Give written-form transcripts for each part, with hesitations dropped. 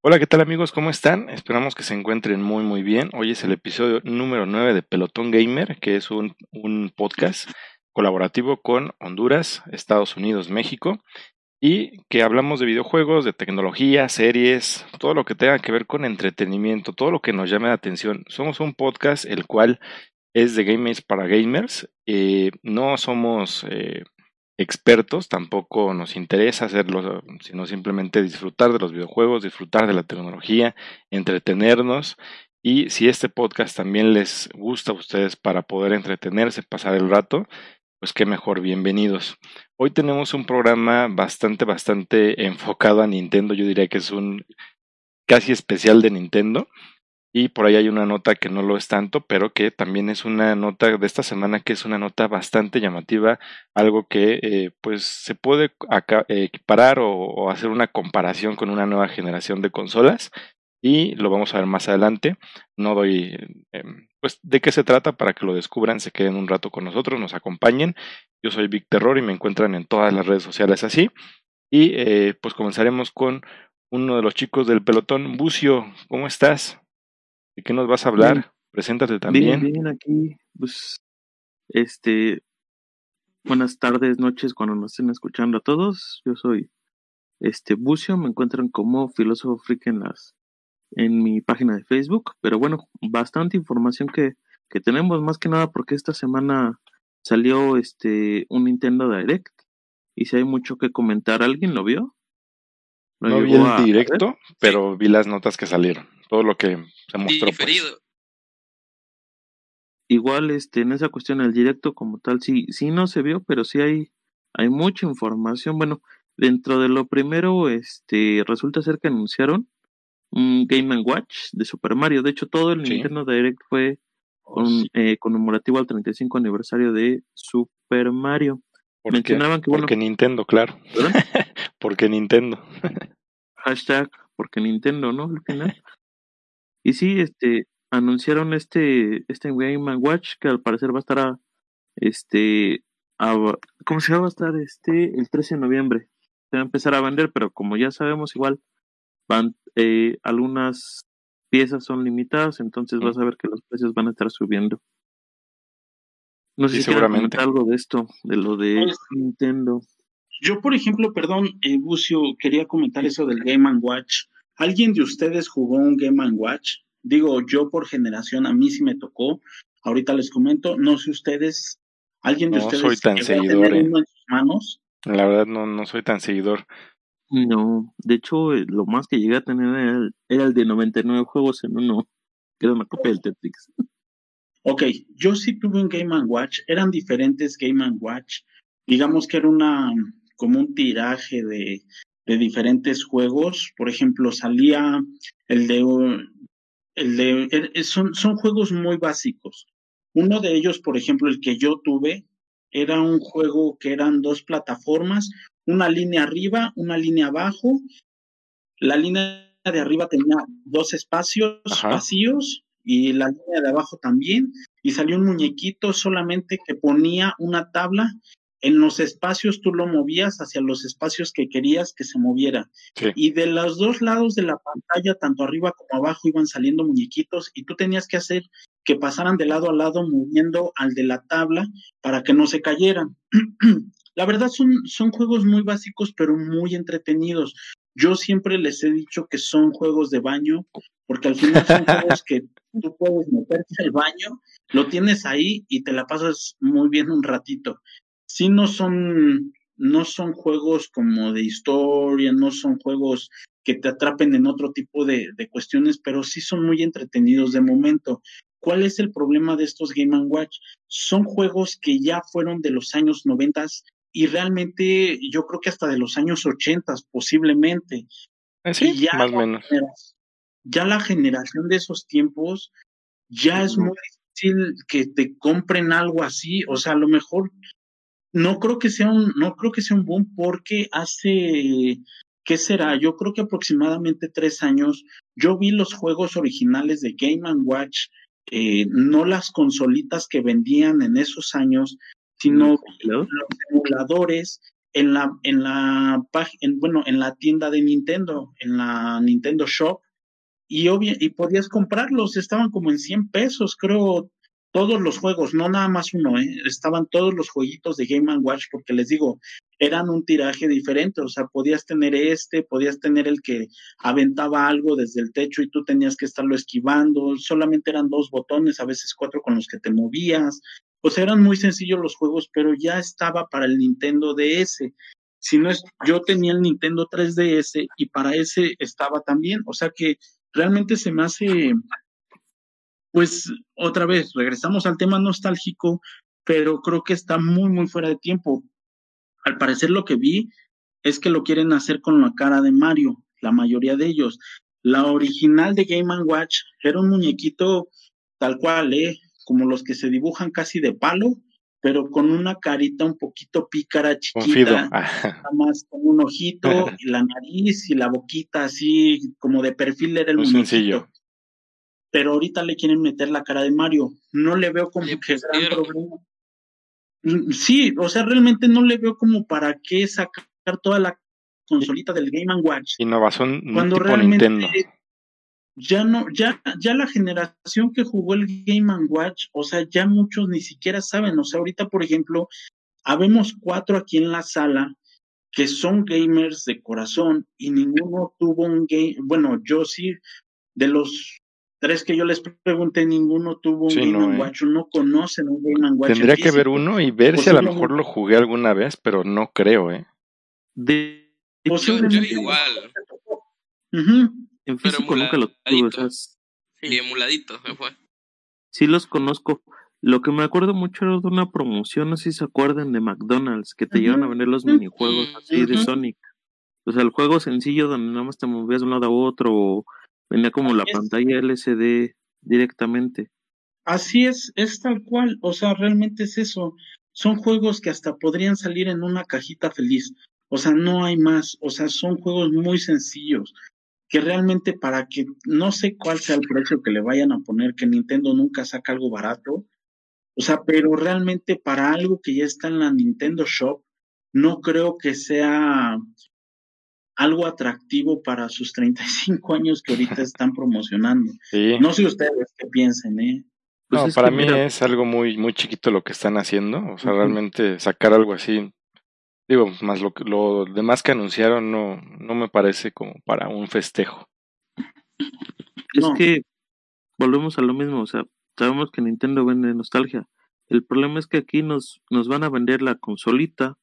Hola, ¿qué tal amigos? ¿Cómo están? Esperamos que se encuentren muy bien. Hoy es el episodio número 9 de Pelotón Gamer, que es un podcast colaborativo con Honduras, Estados Unidos, México, y que hablamos de videojuegos, de tecnología, series, todo lo que tenga que ver con entretenimiento, todo lo que nos llame la atención. Somos un podcast el cual es de gamers para gamers. No somos expertos, tampoco nos interesa hacerlo, sino simplemente disfrutar de los videojuegos, disfrutar de la tecnología, entretenernos. Y si este podcast también les gusta a ustedes para poder entretenerse, pasar el rato, pues qué mejor, bienvenidos. Hoy tenemos un programa bastante enfocado a Nintendo. Yo diría que es un casi especial de Nintendo. Y por ahí hay una nota que no lo es tanto, pero que también es una nota de esta semana que es una nota bastante llamativa, algo que pues se puede equiparar o hacer una comparación con una nueva generación de consolas y lo vamos a ver más adelante. No doy pues de qué se trata para que lo descubran, se queden un rato con nosotros, nos acompañen. Yo soy Vic Terror y me encuentran en todas las redes sociales así. Y pues comenzaremos con uno de los chicos del pelotón. Bucio, ¿cómo estás? ¿De qué nos vas a Bien, hablar? Preséntate bien, también. bien, aquí, pues, buenas tardes, noches, cuando nos estén escuchando a todos. Yo soy, Bucio, me encuentran como Filósofo Freak en mi página de Facebook, pero bueno, bastante información que tenemos, más que nada porque esta semana salió, un Nintendo Direct, y si hay mucho que comentar. ¿Alguien lo vio? ¿Lo No vi llegó el a ver? directo, Sí, pero vi las notas que salieron. Todo lo que se mostró, pues. diferido. Igual, en esa cuestión, el directo como tal, sí no se vio, pero sí hay mucha información. Bueno, dentro de lo primero, resulta ser que anunciaron un Game Watch de Super Mario. De hecho, todo el Sí. Nintendo Direct fue conmemorativo al 35 aniversario de Super Mario. ¿Por qué? Mencionaban que, bueno, Porque Nintendo, claro. ¿perdón? Porque Nintendo. Hashtag porque Nintendo, ¿no? Al final. Y sí, anunciaron este Game Watch que al parecer va a estar Este, ¿cómo se va a estar el 13 de noviembre? Se va a empezar a vender, pero como ya sabemos, igual algunas piezas son limitadas, entonces Mm, vas a ver que los precios van a estar subiendo. No sé sí, si quieran seguramente. comentar algo de esto, de lo de Pues, Nintendo. yo, por ejemplo, perdón, Bucio, quería comentar eso del Game Watch. ¿Alguien de ustedes jugó un Game Watch? Digo, yo por generación, a mí sí me tocó. Ahorita les comento, no sé ustedes, ¿alguien de No soy ustedes tan llegó a tener seguidor, uno en sus manos? La verdad no soy tan seguidor. No, de hecho, lo más que llegué a tener era el de 99 juegos en uno, que era una copia del Tetris. Ok, yo sí tuve un Game Watch, eran diferentes Game Watch, digamos que era como un tiraje de diferentes juegos, por ejemplo, salía el de, son juegos muy básicos. Uno de ellos, por ejemplo, el que yo tuve, era un juego que eran dos plataformas, una línea arriba, una línea abajo. La línea de arriba tenía dos espacios Ajá. vacíos y la línea de abajo también. Y salió un muñequito solamente que ponía una tabla. En los espacios tú lo movías hacia los espacios que querías que se moviera. Sí. Y de los dos lados de la pantalla, tanto arriba como abajo, iban saliendo muñequitos y tú tenías que hacer que pasaran de lado a lado moviendo al de la tabla para que no se cayeran. La verdad son juegos muy básicos pero muy entretenidos. Yo siempre les he dicho que son juegos de baño, porque al final son juegos que tú puedes meterte al baño, lo tienes ahí y te la pasas muy bien un ratito. Sí, no son juegos como de historia, no son juegos que te atrapen en otro tipo de cuestiones, pero sí son muy entretenidos de momento. ¿Cuál es el problema de estos Game Watch? Son juegos que ya fueron de los años 90 y realmente yo creo que hasta de los años 80 posiblemente. Sí, Y más o menos. ya la generación de esos tiempos ya es muy difícil que te compren algo así. O sea, a lo mejor no creo que sea un boom porque ¿qué será? Yo creo que aproximadamente 3 años yo vi los juegos originales de Game Watch, no las consolitas que vendían en esos años, ¿Los sino compilados? los emuladores en la tienda de Nintendo, en la Nintendo Shop, y podías comprarlos, estaban como en 100 pesos, creo, todos los juegos, no nada más uno, estaban todos los jueguitos de Game Watch, porque les digo, eran un tiraje diferente, o sea, podías tener podías tener el que aventaba algo desde el techo y tú tenías que estarlo esquivando, solamente eran 2 botones, a veces 4 con los que te movías, o sea, eran muy sencillos los juegos, pero ya estaba para el Nintendo DS. Si no es, yo tenía el Nintendo 3DS y para ese estaba también, o sea que realmente se me hace, pues otra vez, regresamos al tema nostálgico, pero creo que está muy, muy fuera de tiempo. Al parecer lo que vi es que lo quieren hacer con la cara de Mario, la mayoría de ellos. La original de Game Watch era un muñequito tal cual, como los que se dibujan casi de palo, pero con una carita un poquito pícara, Confido. chiquita, nada más con un ojito y la nariz y la boquita así como de perfil era el Muy sencillo. muñequito. Pero ahorita le quieren meter la cara de Mario. No le veo como Le que gran pusieron. problema. Sí, o sea, realmente no le veo como para qué sacar toda la consolita del Game Watch Innovación cuando tipo realmente Nintendo. ya la generación que jugó el Game Watch, o sea, ya muchos ni siquiera saben, o sea, ahorita por ejemplo, habemos 4 aquí en la sala que son gamers de corazón y ninguno tuvo un game, bueno, yo sí, de los 3 que yo les pregunté, ninguno tuvo un Sí, Game no, Watch, no conocen un Game Watch en Tendría que ver físico. uno y ver si a lo mejor Posiblemente, lo jugué alguna vez, pero no creo, De hecho, Yo posiblemente igual, Ujú. en pero físico nunca lo tuve, o sea, emuladito. Sí, emuladito se fue. sí los conozco. Lo que me acuerdo mucho era de una promoción, no sé si se acuerdan, de McDonald's, que te llevan a vender los minijuegos así de Ujú. Sonic. O sea, el juego sencillo donde nada más te movías de un lado a otro, o venía como Así la es. pantalla LCD directamente. Así es tal cual, o sea, realmente es eso. Son juegos que hasta podrían salir en una cajita feliz, o sea, no hay más, o sea, son juegos muy sencillos, que realmente para que no sé cuál sea el precio que le vayan a poner, que Nintendo nunca saca algo barato, o sea, pero realmente para algo que ya está en la Nintendo Shop, no creo que sea algo atractivo para sus 35 años que ahorita están promocionando. Sí. No sé ustedes qué piensen, ¿eh? Pues No, es para que mí mira, es algo muy, muy chiquito lo que están haciendo. O sea, ujú, realmente sacar algo así, digo, más lo demás que anunciaron no me parece como para un festejo. es No, que volvemos a lo mismo, o sea, sabemos que Nintendo vende nostalgia. El problema es que aquí nos van a vender la consolita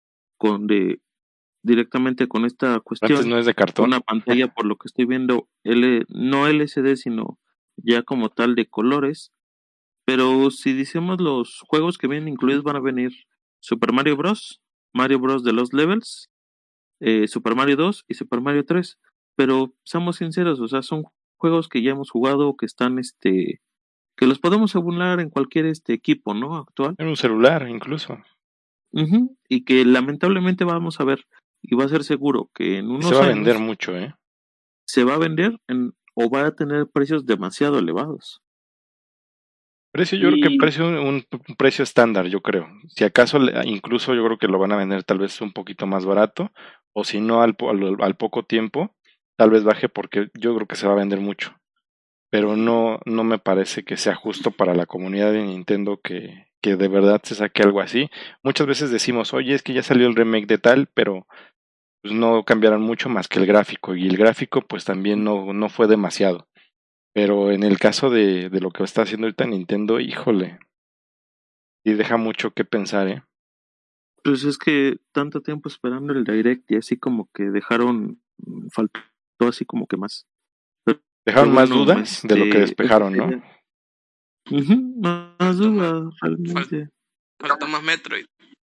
directamente con esta Antes cuestión, no es de cartón. una pantalla por lo que estoy viendo, no LCD, sino ya como tal de colores. Pero si decimos los juegos que vienen incluidos van a venir Super Mario Bros., Mario Bros. De los Levels, Super Mario 2 y Super Mario 3. Pero seamos sinceros, o sea, son juegos que ya hemos jugado, que están, que los podemos emular en cualquier equipo, ¿no? Actual. En un celular, incluso. Ujú. Y que lamentablemente vamos a ver, y va a ser seguro que en Y se unos va a vender años mucho, ¿eh? se va a vender o va a tener precios demasiado elevados. Precio, yo creo que y un precio estándar, yo creo. Si acaso, incluso yo creo que lo van a vender tal vez un poquito más barato, o si no al poco tiempo, tal vez baje porque yo creo que se va a vender mucho. Pero no me parece que sea justo para la comunidad de Nintendo que de verdad se saque algo así. Muchas veces decimos, oye, es que ya salió el remake de tal, pero pues no cambiaron mucho más que el gráfico, y el gráfico pues también no fue demasiado. Pero en el caso de lo que está haciendo ahorita Nintendo, híjole, y deja mucho que pensar, ¿eh? Pues es que tanto tiempo esperando el Direct y así como que dejaron, faltó así como que más. Pero Dejaron más bueno, dudas de lo que eso despejaron, ¿no? sería. Ujú, más Faltó más, dudas, realmente. faltó más Metroid.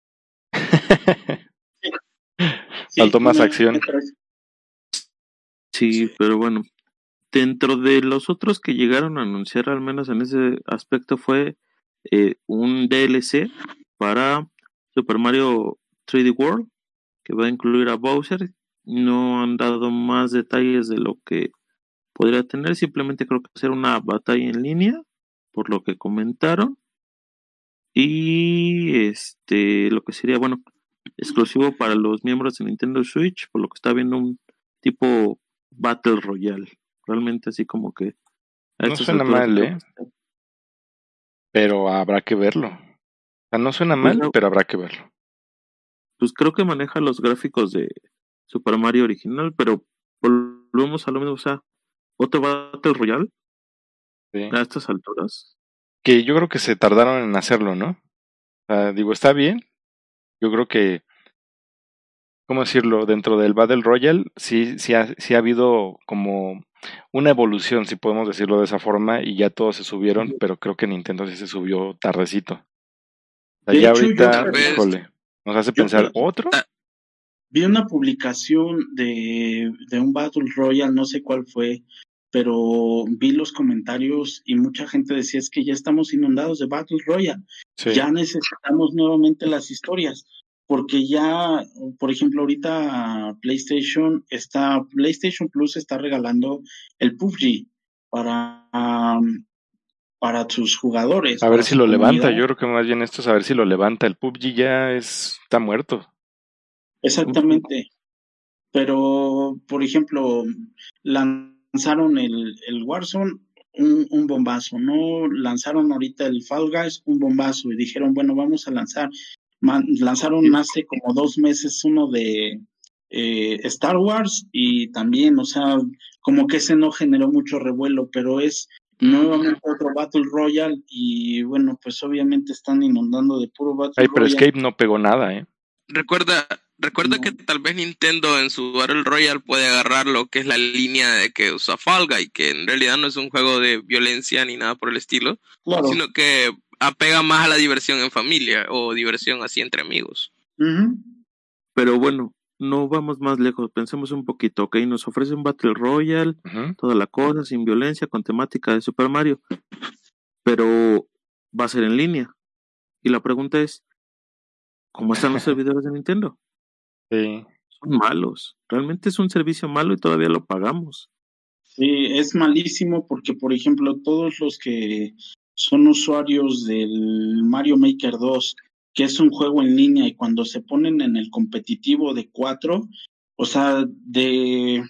sí, Faltó más acción. Sí, pero bueno, dentro de los otros que llegaron a anunciar, al menos en ese aspecto, fue un DLC para Super Mario 3D World, que va a incluir a Bowser. No han dado más detalles de lo que podría tener, simplemente creo que va a ser una batalla en línea, por lo que comentaron. Y lo que sería, bueno, exclusivo para los miembros de Nintendo Switch, por lo que está viendo un tipo Battle Royale. Realmente así como que a No estas suena alturas mal, creo que está. pero habrá que verlo. O sea, no suena Pues, mal, pero habrá que verlo. pues creo que maneja los gráficos de Super Mario original, pero volvemos a lo mismo, o sea, otro Battle Royale Sí. a estas alturas. Que yo creo que se tardaron en hacerlo, ¿no? O sea, digo, está bien. Yo creo que, ¿cómo decirlo? Dentro del Battle Royale sí ha habido como una evolución, si podemos decirlo de esa forma, y ya todos se subieron, pero creo que Nintendo sí se subió tardecito. O sea, De ya hecho, ahorita, Tal vez, híjole, nos hace yo pensar, ¿otro? ta- vi una publicación de un Battle Royale, no sé cuál fue, pero vi los comentarios y mucha gente decía es que ya estamos inundados de Battle Royale, Sí, ya necesitamos nuevamente las historias, porque ya, por ejemplo, ahorita PlayStation Plus está regalando el PUBG para, para sus jugadores, a ver para si su lo comunidad. levanta. Yo creo que más bien esto es a ver si lo levanta. El PUBG ya está muerto. Ujú. Exactamente. Pero, por ejemplo, lanzaron el Warzone, un bombazo, ¿no? Lanzaron ahorita el Fall Guys, un bombazo, y dijeron, bueno, vamos a lanzaron hace como 2 meses uno de Star Wars, y también, o sea, como que ese no generó mucho revuelo, pero es nuevamente otro Battle Royale, y bueno, pues obviamente están inundando de puro Battle Ay, pero Royale. Escape no pegó nada, ¿eh? recuerda que tal vez Nintendo en su Battle Royale puede agarrar lo que es la línea de que usa Fall Guy, que en realidad no es un juego de violencia ni nada por el estilo, Claro. sino que apega más a la diversión en familia o diversión así entre amigos. Ujú. Pero bueno, no vamos más lejos, pensemos un poquito, ¿ok? Nos ofrece un Battle Royale, Ujú. toda la cosa, sin violencia, con temática de Super Mario, pero va a ser en línea. Y la pregunta es, ¿cómo están los servidores de Nintendo? Sí. Son malos. Realmente es un servicio malo y todavía lo pagamos. Sí, es malísimo porque, por ejemplo, todos los que son usuarios del Mario Maker 2, que es un juego en línea, y cuando se ponen en el competitivo de 4, o sea, de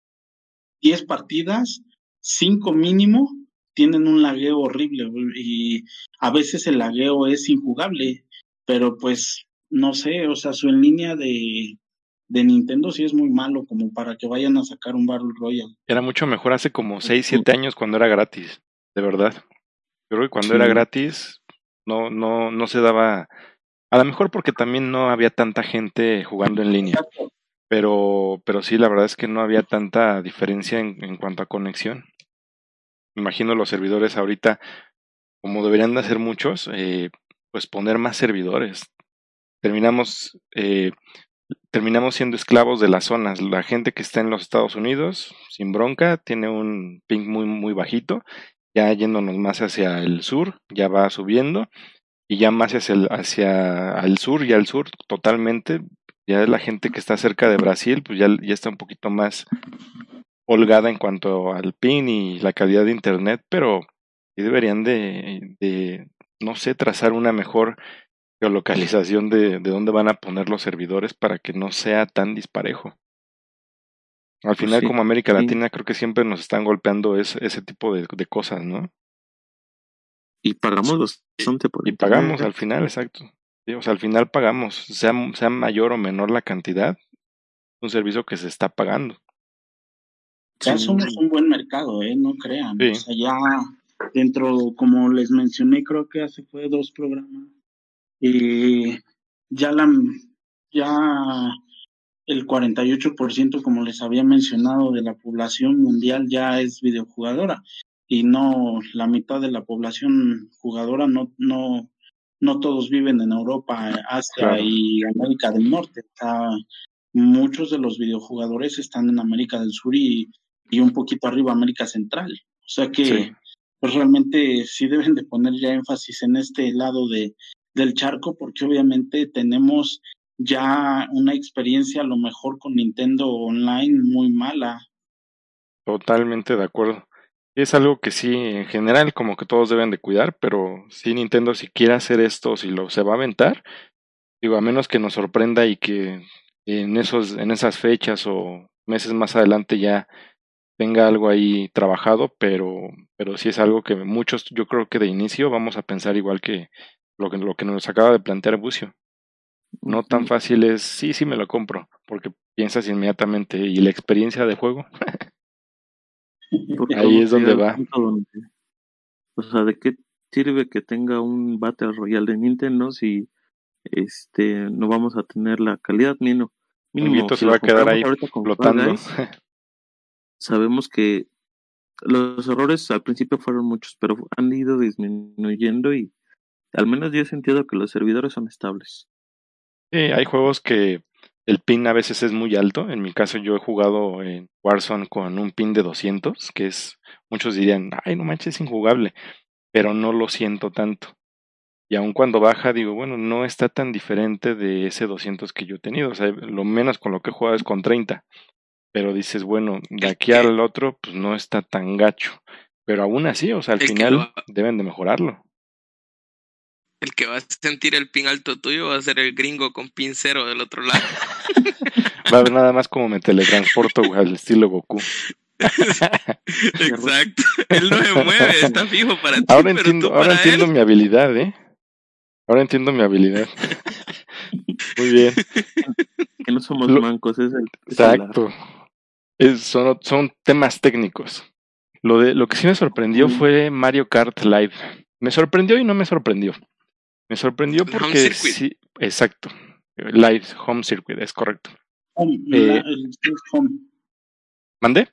10 partidas, 5 mínimo tienen un lagueo horrible, y a veces el lagueo es injugable, pero pues no sé, o sea, su en línea de Nintendo sí es muy malo como para que vayan a sacar un Battle Royale. Era mucho mejor hace como 6, 7 años cuando era gratis, de verdad. Yo creo que cuando era Sí, gratis no se daba, a lo mejor porque también no había tanta gente jugando en línea, Exacto. pero sí, la verdad es que no había tanta diferencia en cuanto a conexión. Imagino los servidores ahorita, como deberían de ser muchos, pues poner más servidores. Terminamos, eh, terminamos siendo esclavos de las zonas. La gente que está en los Estados Unidos, sin bronca, tiene un ping muy, muy bajito. Ya yéndonos más hacia el sur, ya va subiendo. Y ya más hacia el sur y al sur totalmente. Ya la gente que está cerca de Brasil, pues ya está un poquito más holgada en cuanto al ping y la calidad de internet, pero sí deberían no sé, trazar una mejor geolocalización de dónde van a poner los servidores para que no sea tan disparejo. Al pues final, sí. como América Y, Latina, creo que siempre nos están golpeando ese tipo de cosas, ¿no? y pagamos bastante por Y pagamos internet. al final, exacto. Sí, o sea, al final pagamos, sea mayor o menor la cantidad, un servicio que se está pagando. Ya Sí, somos un buen mercado, no crean. O Sí, sea, ya dentro, como les mencioné, creo que hace fue 2 programas, y ya ya el 48%, como les había mencionado, de la población mundial ya es videojugadora, y no la mitad de la población jugadora, no todos viven en Europa, Asia claro, y América del Norte. O sea, muchos de los videojugadores están en América del Sur y un poquito arriba América Central. O sea sí. que pues realmente sí deben de poner ya énfasis en este lado del charco, porque obviamente tenemos ya una experiencia a lo mejor con Nintendo Online muy mala. Totalmente de acuerdo. Es algo que sí, en general, como que todos deben de cuidar, pero sí Nintendo si quiere hacer esto, si lo se va a aventar, Digo, a menos que nos sorprenda y que en esas fechas o meses más adelante ya tenga algo ahí trabajado, pero sí es algo que muchos, yo creo que de inicio vamos a pensar igual que lo que nos acaba de plantear Bucio. No tan fácil es, sí me lo compro, porque piensas inmediatamente, y la experiencia de juego, Porque ahí vamos es a llegar donde al va. punto donde, o sea, ¿de qué sirve que tenga un Battle Royale de Nintendo si no vamos a tener la calidad El mínimo? Vito Si se va lo a quedar compramos ahí ahorita con Fall flotando. Guys, sabemos que los errores al principio fueron muchos, pero han ido disminuyendo y al menos yo he sentido que los servidores son estables. Sí, hay juegos que el pin a veces es muy alto. En mi caso yo he jugado en Warzone con un pin de 200, que es, muchos dirían, ay, no manches, es injugable, pero no lo siento tanto. Y aun cuando baja, digo, bueno, no está tan diferente de ese 200 que yo he tenido. O sea, lo menos con lo que he jugado es con 30. Pero dices, bueno, de El aquí que, al otro, pues no está tan gacho. Pero aún así, o sea, al el que lo final deben de mejorarlo. El que va a sentir el pin alto tuyo va a ser el gringo con pin cero del otro lado. Va a ver nada más como me teletransporto güey, al estilo Goku. Exacto. Él no se mueve, está fijo para ti, pero tú Ahora para entiendo él. mi habilidad, ¿eh? Ahora entiendo mi habilidad. Muy bien. Que no somos Lo- mancos, es el arte. exacto. Son temas técnicos. Lo que sí me sorprendió fue Mario Kart Live. Me sorprendió y no me sorprendió. Me sorprendió El home porque circuit. sí, exacto. Live Home Circuit, es correcto. Home, Eh, sí es Home. ¿Mandé?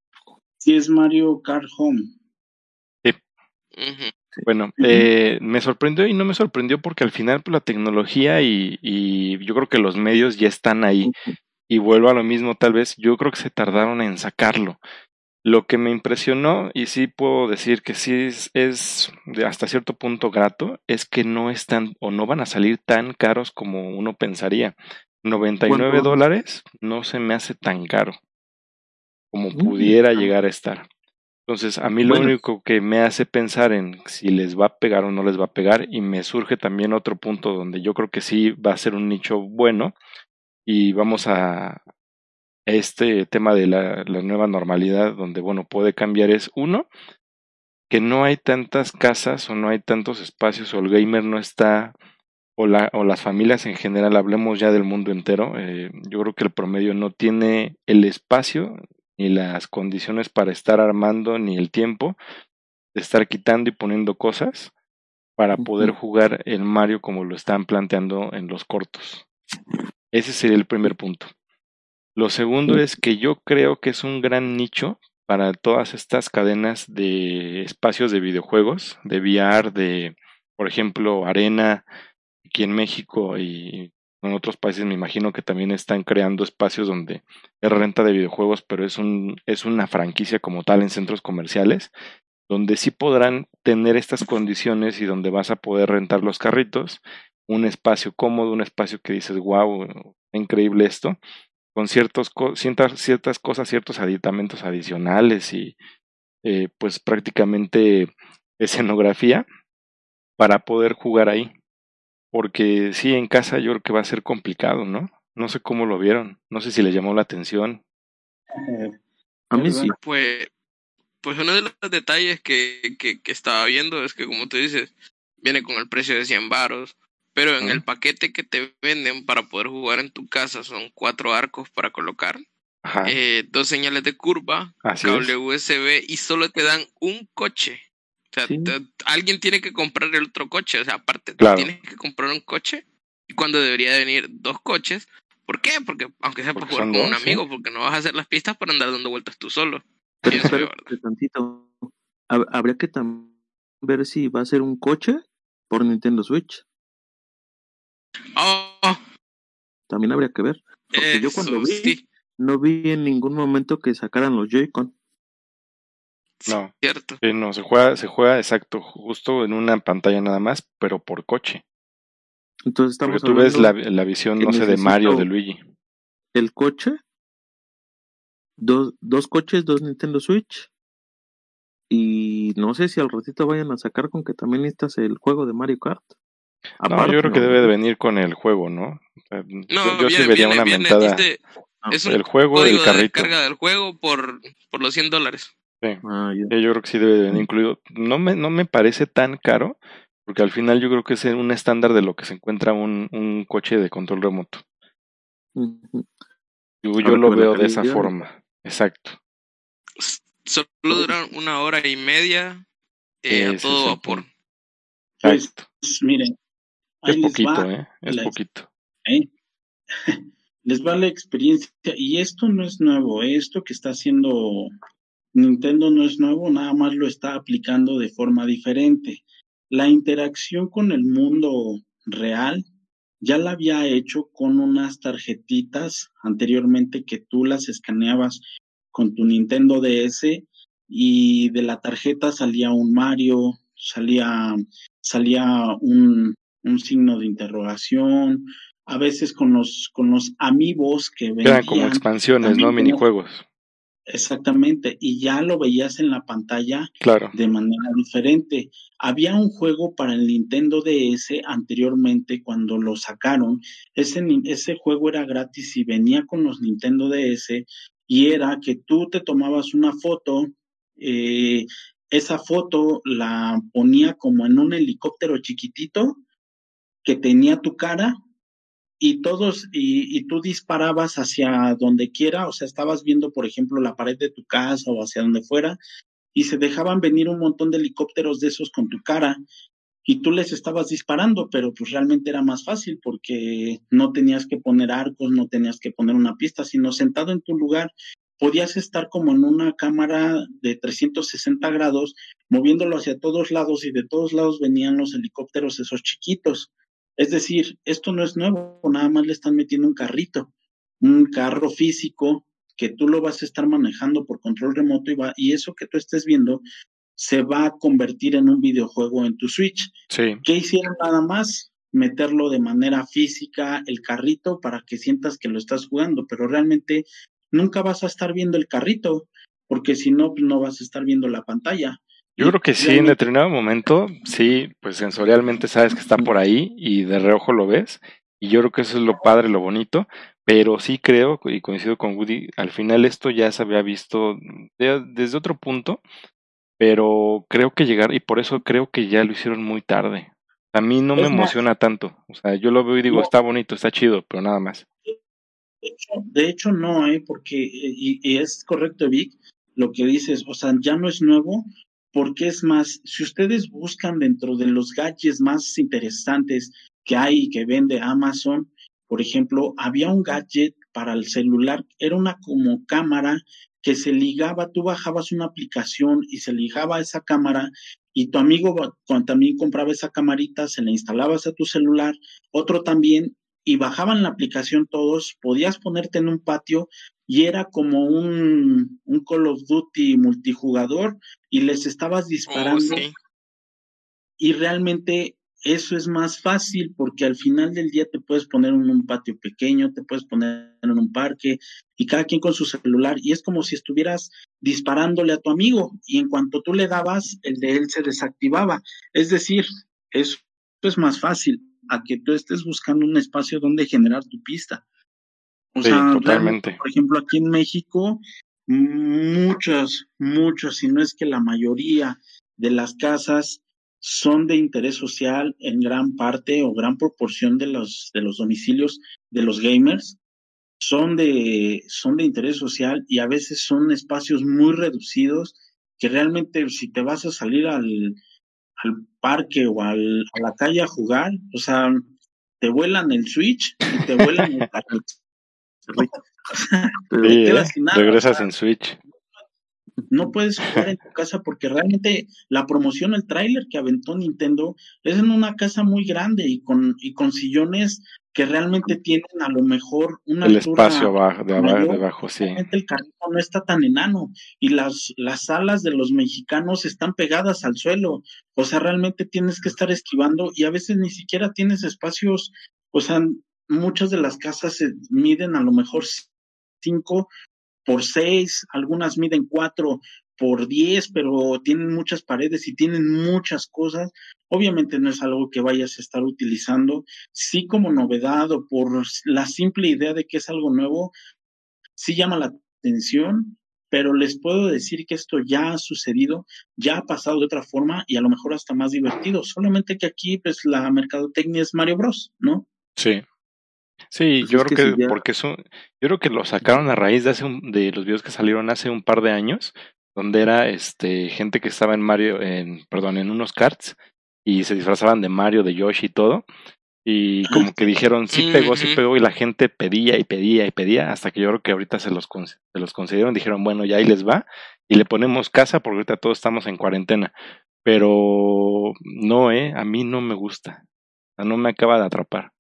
Sí es Mario Kart Home. Sí. Ujú. Bueno, Ujú. me sorprendió y no me sorprendió porque al final pues, la tecnología y yo creo que los medios ya están ahí. Y vuelvo a lo mismo, tal vez yo creo que se tardaron en sacarlo. Lo que me impresionó, y sí puedo decir que sí es de hasta cierto punto grato, es que no están o no van a salir tan caros como uno pensaría. ¿Cuánto van a $99 no se me hace tan caro como pudiera está llegar a estar. Entonces, a mí lo bueno, único que me hace pensar en si les va a pegar o no les va a pegar, y me surge también otro punto donde yo creo que sí va a ser un nicho bueno, y vamos a este tema de la nueva normalidad, donde, bueno, puede cambiar es uno, que no hay tantas casas o no hay tantos espacios o el gamer no está, o las familias en general, hablemos ya del mundo entero, yo creo que el promedio no tiene el espacio ni las condiciones para estar armando ni el tiempo de estar quitando y poniendo cosas para poder jugar el Mario como lo están planteando en los cortos. Ese sería el primer punto. Lo segundo es que yo creo que es un gran nicho para todas estas cadenas de espacios de videojuegos, de VR, de, por ejemplo, Arena, aquí en México y en otros países me imagino que también están creando espacios donde es renta de videojuegos, pero es una franquicia como tal en centros comerciales, donde sí podrán tener estas condiciones y donde vas a poder rentar los carritos, un espacio cómodo, un espacio que dices, wow, increíble esto, con ciertas cosas, ciertos aditamentos adicionales y pues prácticamente escenografía para poder jugar ahí. Porque sí, en casa yo creo que va a ser complicado, ¿no? No sé cómo lo vieron, no sé si les llamó la atención. a mí sí. Pues, pues uno de los detalles que estaba viendo es que, como tú dices, viene con el precio de 100 varos, pero en el paquete que te venden para poder jugar en tu casa son 4 arcos para colocar, Ajá, 2 señales de curva, así cable es, USB y solo te dan un coche. O sea, Sí, alguien tiene que comprar el otro coche. O sea, aparte, claro, tienes que comprar un coche y cuando debería de venir 2 coches. ¿Por qué? Porque aunque sea para porque jugar son con un dos, ¿sí? amigo, porque no vas a hacer las pistas para andar dando vueltas tú solo. pero Pienso yo, espérate ¿verdad? tantito. Habría que ver si va a ser un coche por Nintendo Switch. Oh, También habría que ver. Porque yo cuando eso vi, sí, no vi en ningún momento que sacaran los Joy-Con. No, cierto. no, se juega exacto, justo en una pantalla nada más, pero por coche. Entonces Porque estamos tú ves la, hablando la visión, que no sé, de Mario o de necesito Luigi. el coche, dos coches, dos Nintendo Switch. Y no sé si al ratito vayan a sacar con que también necesitas el juego de Mario Kart. No, yo creo que debe de venir con el juego, ¿no? O sea, No, yo sí vería una mentada. Es un el juego y el código de carrito. descarga del juego por los $100. Sí. Yo creo que sí debe de venir incluido. No me parece tan caro, porque al final yo creo que es un estándar de lo que se encuentra un coche de control remoto. Yo lo veo de esa forma. Exacto. Solo duran 1 hora y media a todo vapor. Pues, miren, ahí es les poquito, va. Es poquito. Les va la experiencia. Y esto no es nuevo. Esto que está haciendo Nintendo no es nuevo, nada más lo está aplicando de forma diferente. La interacción con el mundo real ya la había hecho con unas tarjetitas anteriormente que tú las escaneabas con tu Nintendo DS y de la tarjeta salía un Mario, salía un signo de interrogación, a veces con los amigos que vendían. Eran como expansiones, ¿no? Minijuegos. Exactamente, y ya lo veías en la pantalla de manera diferente. Había un juego para el Nintendo DS anteriormente cuando lo sacaron. Ese juego era gratis y venía con los Nintendo DS y era que tú te tomabas una foto, esa foto la ponía como en un helicóptero chiquitito que tenía tu cara y tú disparabas hacia donde quiera, o sea, estabas viendo, por ejemplo, la pared de tu casa o hacia donde fuera, y se dejaban venir un montón de helicópteros de esos con tu cara, y tú les estabas disparando, pero pues realmente era más fácil porque no tenías que poner arcos, no tenías que poner una pista, sino sentado en tu lugar, podías estar como en una cámara de 360 grados, moviéndolo hacia todos lados, y de todos lados venían los helicópteros esos chiquitos. Es decir, esto no es nuevo, nada más le están metiendo un carro físico que tú lo vas a estar manejando por control remoto y eso que tú estés viendo se va a convertir en un videojuego en tu Switch. Sí. ¿Qué hicieron nada más? Meterlo de manera física, el carrito, para que sientas que lo estás jugando, pero realmente nunca vas a estar viendo el carrito, porque si no, no vas a estar viendo la pantalla. Yo creo que sí, en determinado momento, sí, pues sensorialmente sabes que está por ahí y de reojo lo ves, y yo creo que eso es lo padre, lo bonito, pero sí creo, y coincido con Woody, al final esto ya se había visto desde otro punto, pero creo que y por eso creo que ya lo hicieron muy tarde. A mí no me emociona tanto, o sea, yo lo veo y digo, está bonito, está chido, pero nada más. De hecho no, porque, y es correcto, Vic, lo que dices, o sea, ya no es nuevo, porque es más, si ustedes buscan dentro de los gadgets más interesantes que hay y que vende Amazon, por ejemplo, había un gadget para el celular, era una como cámara que se ligaba, tú bajabas una aplicación y se ligaba a esa cámara, y tu amigo cuando también compraba esa camarita, se la instalabas a tu celular, otro también, y bajaban la aplicación todos, podías ponerte en un patio y era como un Call of Duty multijugador y les estabas disparando. Sí. Y realmente eso es más fácil porque al final del día te puedes poner en un patio pequeño, te puedes poner en un parque y cada quien con su celular y es como si estuvieras disparándole a tu amigo y en cuanto tú le dabas, el de él se desactivaba. Es decir, eso es más fácil a que tú estés buscando un espacio donde generar tu pista. O sea, totalmente. Por ejemplo, aquí en México, muchas, si no es que la mayoría de las casas son de interés social en gran parte o gran proporción de los domicilios de los gamers son de interés social y a veces son espacios muy reducidos que realmente si te vas a salir al parque o a la calle a jugar, o sea, te vuelan el Switch y te vuelan el te quedas sin nada. Regresas en Switch. No puedes jugar en tu casa porque realmente la promoción, el tráiler que aventó Nintendo es en una casa muy grande y con sillones que realmente tienen a lo mejor una altura espacio de abajo, sí. Realmente el carrito no está tan enano y las salas de los mexicanos están pegadas al suelo, o sea, realmente tienes que estar esquivando y a veces ni siquiera tienes espacios, o sea, muchas de las casas se miden a lo mejor 5 por 6, algunas miden 4 por 10, pero tienen muchas paredes y tienen muchas cosas. Obviamente no es algo que vayas a estar utilizando. Sí, como novedad o por la simple idea de que es algo nuevo, sí llama la atención, pero les puedo decir que esto ya ha sucedido, ya ha pasado de otra forma y a lo mejor hasta más divertido. Solamente que aquí, pues, la mercadotecnia es Mario Bros, ¿no? Sí. Sí, Pues yo es creo que si que ya, porque eso, yo creo que lo sacaron a raíz de de los videos que salieron hace un par de años, donde era gente que estaba en perdón, en unos karts y se disfrazaban de Mario, de Yoshi y todo, y como que dijeron sí Ujú. pegó y la gente pedía y pedía y pedía hasta que yo creo que ahorita se los concedieron, dijeron, bueno, ya ahí les va y le ponemos casa porque ahorita todos estamos en cuarentena, pero no, a mí no me gusta, o sea, no me acaba de atrapar.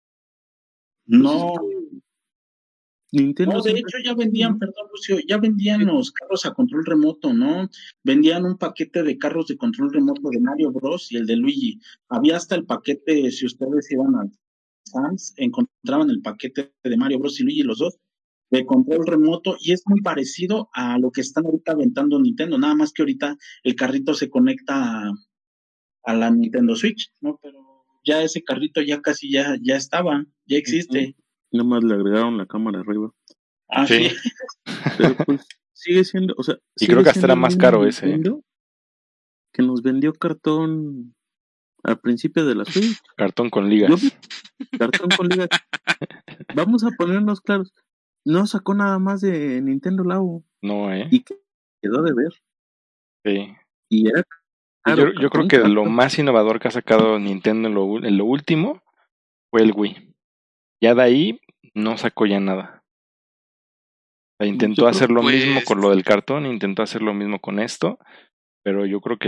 pues es No, que Nintendo no, de siempre, hecho ya vendían, perdón, Lucio, ya vendían sí, los carros a control remoto, ¿no? Vendían un paquete de carros de control remoto de Mario Bros. Y el de Luigi. Había hasta el paquete, si ustedes iban al Sam's, encontraban el paquete de Mario Bros. Y Luigi, los dos, de control remoto, y es muy parecido a lo que están ahorita aventando Nintendo, nada más que ahorita el carrito se conecta a la Nintendo Switch, ¿no? Pero ya ese carrito ya casi ya estaba, ya ujú, existe. nada más le agregaron la cámara arriba. Así. Sí, Pero pues sigue siendo, o sea, y creo sigue que hasta siendo era el más mismo caro ese, Nintendo que nos vendió cartón al principio de la Switch. cartón con Yo vi ligas. cartón con liga. Vamos a ponernos claros. No sacó nada más de Nintendo Labo No, y quedó de ver. sí. Y era Y caro, yo creo cartón que lo caro. más innovador que ha sacado Nintendo en lo último fue el Wii. Ya de ahí no sacó ya nada. O sea, Yo intentó creo hacer lo mismo Pues con lo del cartón, intentó hacer lo mismo con esto, pero yo creo que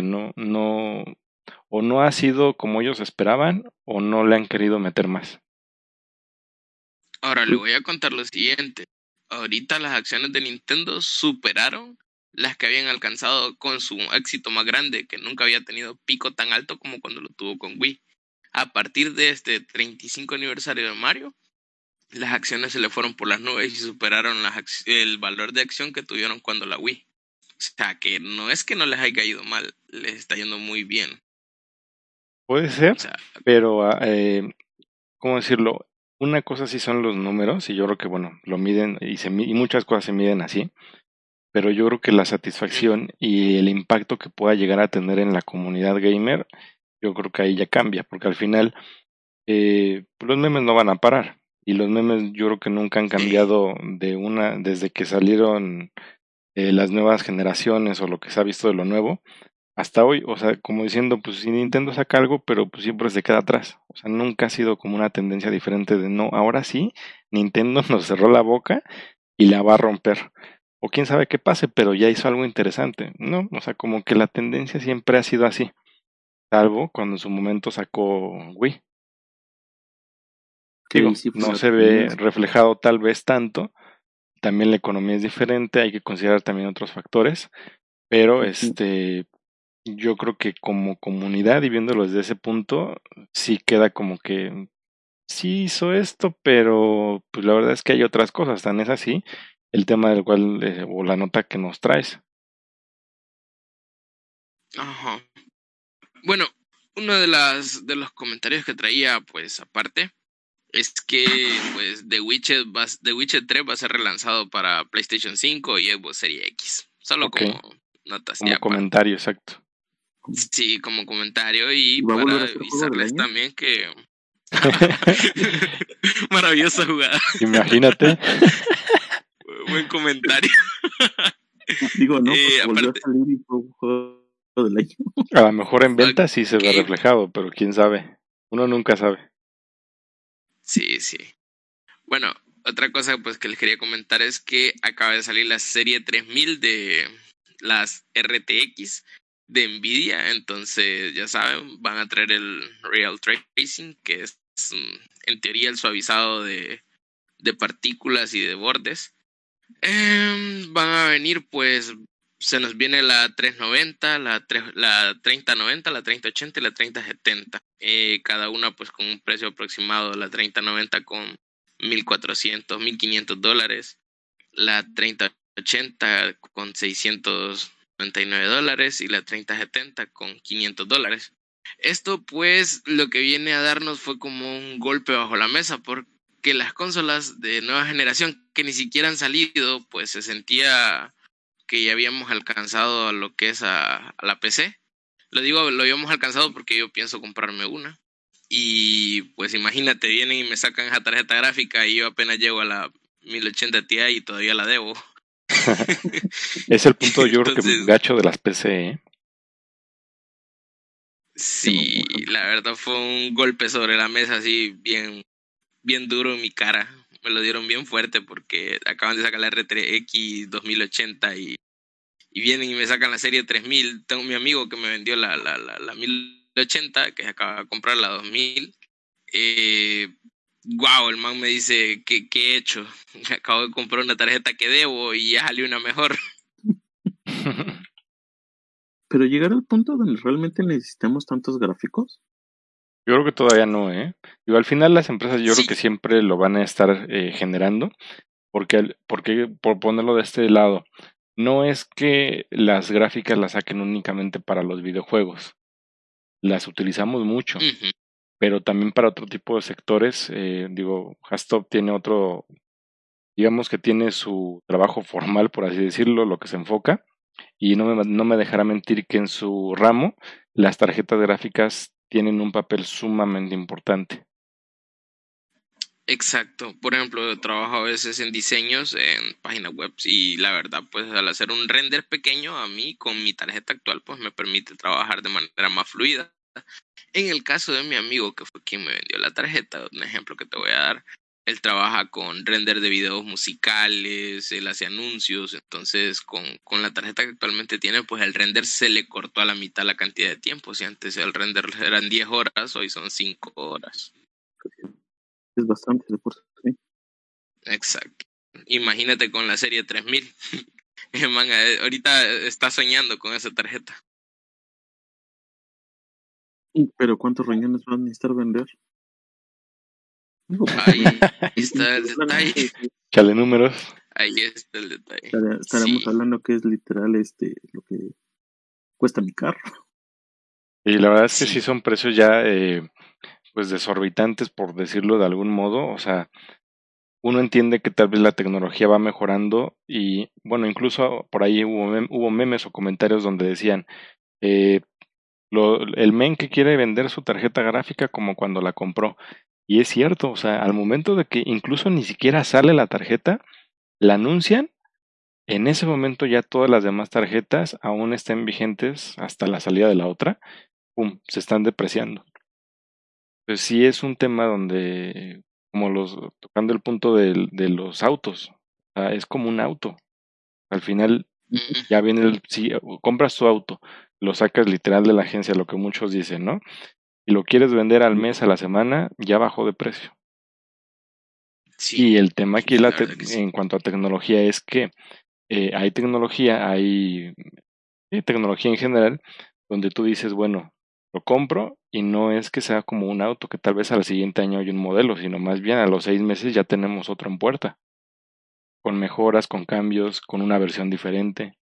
o no ha sido como ellos esperaban, o no le han querido meter más. ahora le pues, voy a contar lo siguiente. Ahorita las acciones de Nintendo superaron las que habían alcanzado con su éxito más grande, que nunca había tenido pico tan alto como cuando lo tuvo con Wii. A partir de este 35 aniversario de Mario, las acciones se le fueron por las nubes y superaron el valor de acción que tuvieron cuando la Wii. O sea, que no es que no les haya ido mal, les está yendo muy bien. Puede ser, O sea, pero ¿cómo decirlo? Una cosa sí son los números, y yo creo que, bueno, lo miden, y muchas cosas se miden así, pero yo creo que la satisfacción y el impacto que pueda llegar a tener en la comunidad gamer, yo creo que ahí ya cambia, porque al final pues los memes no van a parar, y los memes yo creo que nunca han sí. cambiado desde que salieron las nuevas generaciones o lo que se ha visto de lo nuevo, hasta hoy, o sea, como diciendo, pues si Nintendo saca algo, pero pues siempre se queda atrás. O sea, nunca ha sido como una tendencia diferente de no, ahora sí, Nintendo nos cerró la boca y la va a romper. O quién sabe qué pase, pero ya hizo algo interesante, ¿no? O sea, como que la tendencia siempre ha sido así, salvo cuando en su momento sacó Wii. que Digo, ahí sí fue no la se ve tendencia. reflejado tal vez tanto, también la economía es diferente, hay que considerar también otros factores, pero Ujú. yo creo que como comunidad y viéndolo desde ese punto, sí queda como que sí hizo esto, pero pues la verdad es que hay otras cosas, tan es así el tema del cual, o la nota que nos traes. Ajá. Bueno, uno de los comentarios que traía, pues aparte, es que pues The Witcher 3 va a ser relanzado para PlayStation 5 y Xbox Series X. Solo Ok, como notas como ya para... comentario, exacto. Sí, como comentario y ¿Va a volver para a ser juego del avisarles año? también que... Maravillosa jugada. Imagínate, Buen comentario. Digo, no, porque volvió a Aparte, salir y fue un juego del año. a lo mejor en venta sí se ve ok, reflejado, pero quién sabe, uno nunca sabe. sí, sí. Bueno, otra cosa pues que les quería comentar es que acaba de salir la serie 3000 de las RTX de Nvidia, entonces ya saben, van a traer el Real Tracing, que es en teoría el suavizado de partículas y de bordes. Van a venir pues, se nos viene la 390, la 3090, la 3080 y la 3070. Cada una pues con un precio aproximado, la 3090 con 1,400, $1,500, la 3080 con $99 y la 3070 con $500. Esto pues lo que viene a darnos fue como un golpe bajo la mesa porque las consolas de nueva generación que ni siquiera han salido, pues se sentía que ya habíamos alcanzado a lo que es a la PC. Lo digo, lo habíamos alcanzado porque yo pienso comprarme una. Y pues imagínate, vienen y me sacan esa tarjeta gráfica y yo apenas llego a la 1080 Ti y todavía la debo. Es el punto, yo creo que Entonces, gacho de las PC, ¿eh? sí, la verdad fue un golpe sobre la mesa así bien, bien duro en mi cara. Me lo dieron bien fuerte porque acaban de sacar la R3X 2080 y vienen y me sacan la serie 3000. Tengo mi amigo que me vendió la 1080, que se acaba de comprar la 2000. Wow, el man me dice, ¿qué he hecho? Acabo de comprar una tarjeta que debo y ya salió una mejor. Pero llegar al punto donde realmente necesitamos tantos gráficos. Yo creo que todavía no, ¿eh? Digo, al final las empresas yo creo Sí. que siempre lo van a estar generando, porque por ponerlo de este lado, no es que las gráficas las saquen únicamente para los videojuegos, las utilizamos mucho, Ujú. pero también para otro tipo de sectores. Digo, Hastop tiene otro, digamos que tiene su trabajo formal, por así decirlo, lo que se enfoca, y no me dejará mentir que en su ramo las tarjetas gráficas tienen un papel sumamente importante. Exacto. Por ejemplo, yo trabajo a veces en diseños en páginas web y la verdad, pues al hacer un render pequeño, a mí con mi tarjeta actual, pues me permite trabajar de manera más fluida. En el caso de mi amigo, que fue quien me vendió la tarjeta, un ejemplo que te voy a dar, él trabaja con render de videos musicales, él hace anuncios, entonces con la tarjeta que actualmente tiene, pues el render se le cortó a la mitad la cantidad de tiempo. Si antes el render eran 10 horas, hoy son 5 horas. Es bastante de por sí. Exacto. Imagínate con la serie 3000. Man, ahorita está soñando con esa tarjeta. Pero ¿cuántos riñones van a necesitar vender? Digo, Ahí está el detalle. Chale números. Ahí está el detalle. Estaremos Sí. hablando que es literal lo que cuesta mi carro. Y la verdad es que Sí. sí son precios ya pues desorbitantes, por decirlo de algún modo. O sea, uno entiende que tal vez la tecnología va mejorando y bueno, incluso por ahí hubo memes o comentarios donde decían eh, el men que quiere vender su tarjeta gráfica como cuando la compró. Y es cierto, o sea, al momento de que incluso ni siquiera sale la tarjeta, la anuncian, en ese momento ya todas las demás tarjetas aún estén vigentes hasta la salida de la otra, pum, se están depreciando. Pues sí es un tema donde, tocando el punto de los autos, o sea, es como un auto. Al final ya viene si compras tu auto, lo sacas literal de la agencia, lo que muchos dicen, ¿no? Y lo quieres vender al mes, a la semana, ya bajó de precio. Sí, Y el tema aquí la verdad que sí. en cuanto a tecnología es que hay tecnología, tecnología en general, donde tú dices, bueno, lo compro y no es que sea como un auto que tal vez al siguiente año hay un modelo, sino más bien a los 6 meses ya tenemos otro en puerta, con mejoras, con cambios, con una versión diferente.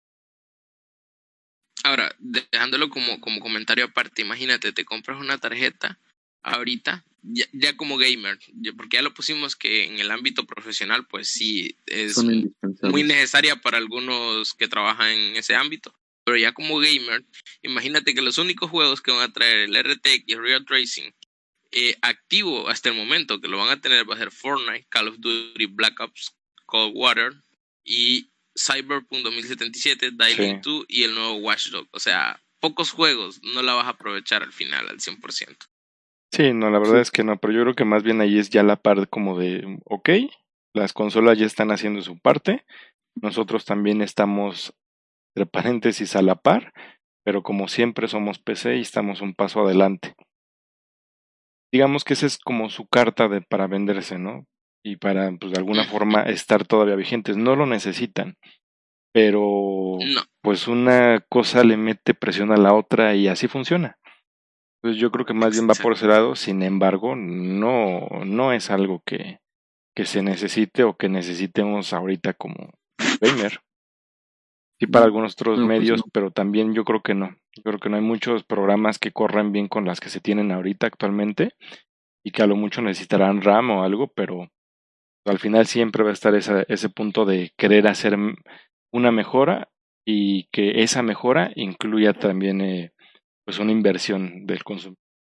Ahora, dejándolo como comentario aparte, imagínate, te compras una tarjeta ahorita, ya como gamer, porque ya lo pusimos que en el ámbito profesional, pues sí, es Son muy indispensables. necesaria para algunos que trabajan en ese ámbito. Pero ya como gamer, imagínate que los únicos juegos que van a traer el RTX y Real Tracing activo hasta el momento que lo van a tener va a ser Fortnite, Call of Duty, Black Ops, Cold War y Cyberpunk 2077, Destiny Sí. 2 y el nuevo Watch Dogs. O sea, pocos juegos no la vas a aprovechar al final al 100%. Sí, no, la verdad es que no, pero yo creo que más bien ahí es ya la parte como de, ok, las consolas ya están haciendo su parte, nosotros también estamos, entre paréntesis, a la par, pero como siempre somos PC y estamos un paso adelante. Digamos que esa es como su carta para venderse, ¿no? Y para, pues de alguna forma, estar todavía vigentes. No lo necesitan, pero No. pues una cosa le mete presión a la otra y así funciona. Pues yo creo que más bien va por ese lado, sin embargo, no es algo que se necesite o que necesitemos ahorita como gamer. Sí, para algunos otros No, pues medios, no. pero también yo creo que no. Yo creo que no hay muchos programas que corran bien con las que se tienen ahorita actualmente y que a lo mucho necesitarán RAM o algo, pero al final siempre va a estar ese punto de querer hacer una mejora y que esa mejora incluya también pues una inversión del consumidor.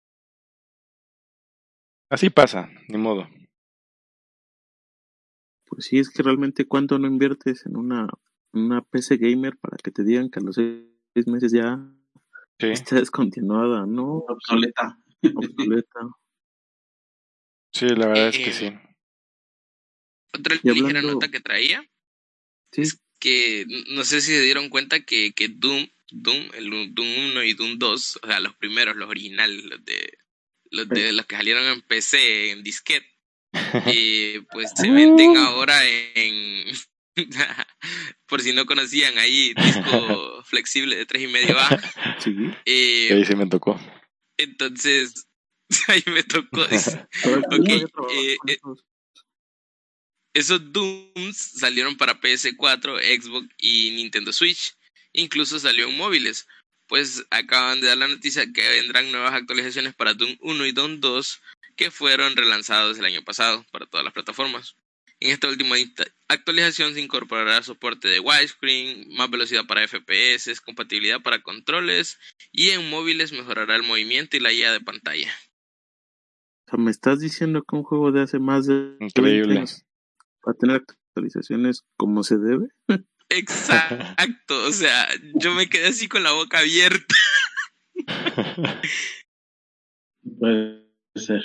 Así pasa, ni modo. Pues sí, es que realmente cuánto no inviertes en una PC gamer para que te digan que a los 6 meses ya Sí, está descontinuada, ¿no? Obsoleta. Obsoleta. sí, la verdad es que Eh, sí. Otra Y ligera hablando, nota que traía sí, es que no sé si se dieron cuenta que Doom 1 y Doom 2, o sea, los primeros, los originales, los que salieron en PC, en disquete, pues se venden ahora en, por si no conocían ahí, disco flexible de 3,5A. sí, Ahí sí me tocó. Entonces, ahí me tocó, dice, ok, todavía trabajas con esos. esos Dooms salieron para PS4, Xbox y Nintendo Switch. Incluso salió en móviles. Pues acaban de dar la noticia que vendrán nuevas actualizaciones para Doom 1 y Doom 2 que fueron relanzados el año pasado para todas las plataformas. En esta última actualización se incorporará soporte de widescreen, más velocidad para FPS, compatibilidad para controles y en móviles mejorará el movimiento y la guía de pantalla. O sea, ¿me estás diciendo que un juego de hace más de 20 Increíble. años va a tener actualizaciones como se debe? Exacto, o sea, yo me quedé así con la boca abierta. Puede ser.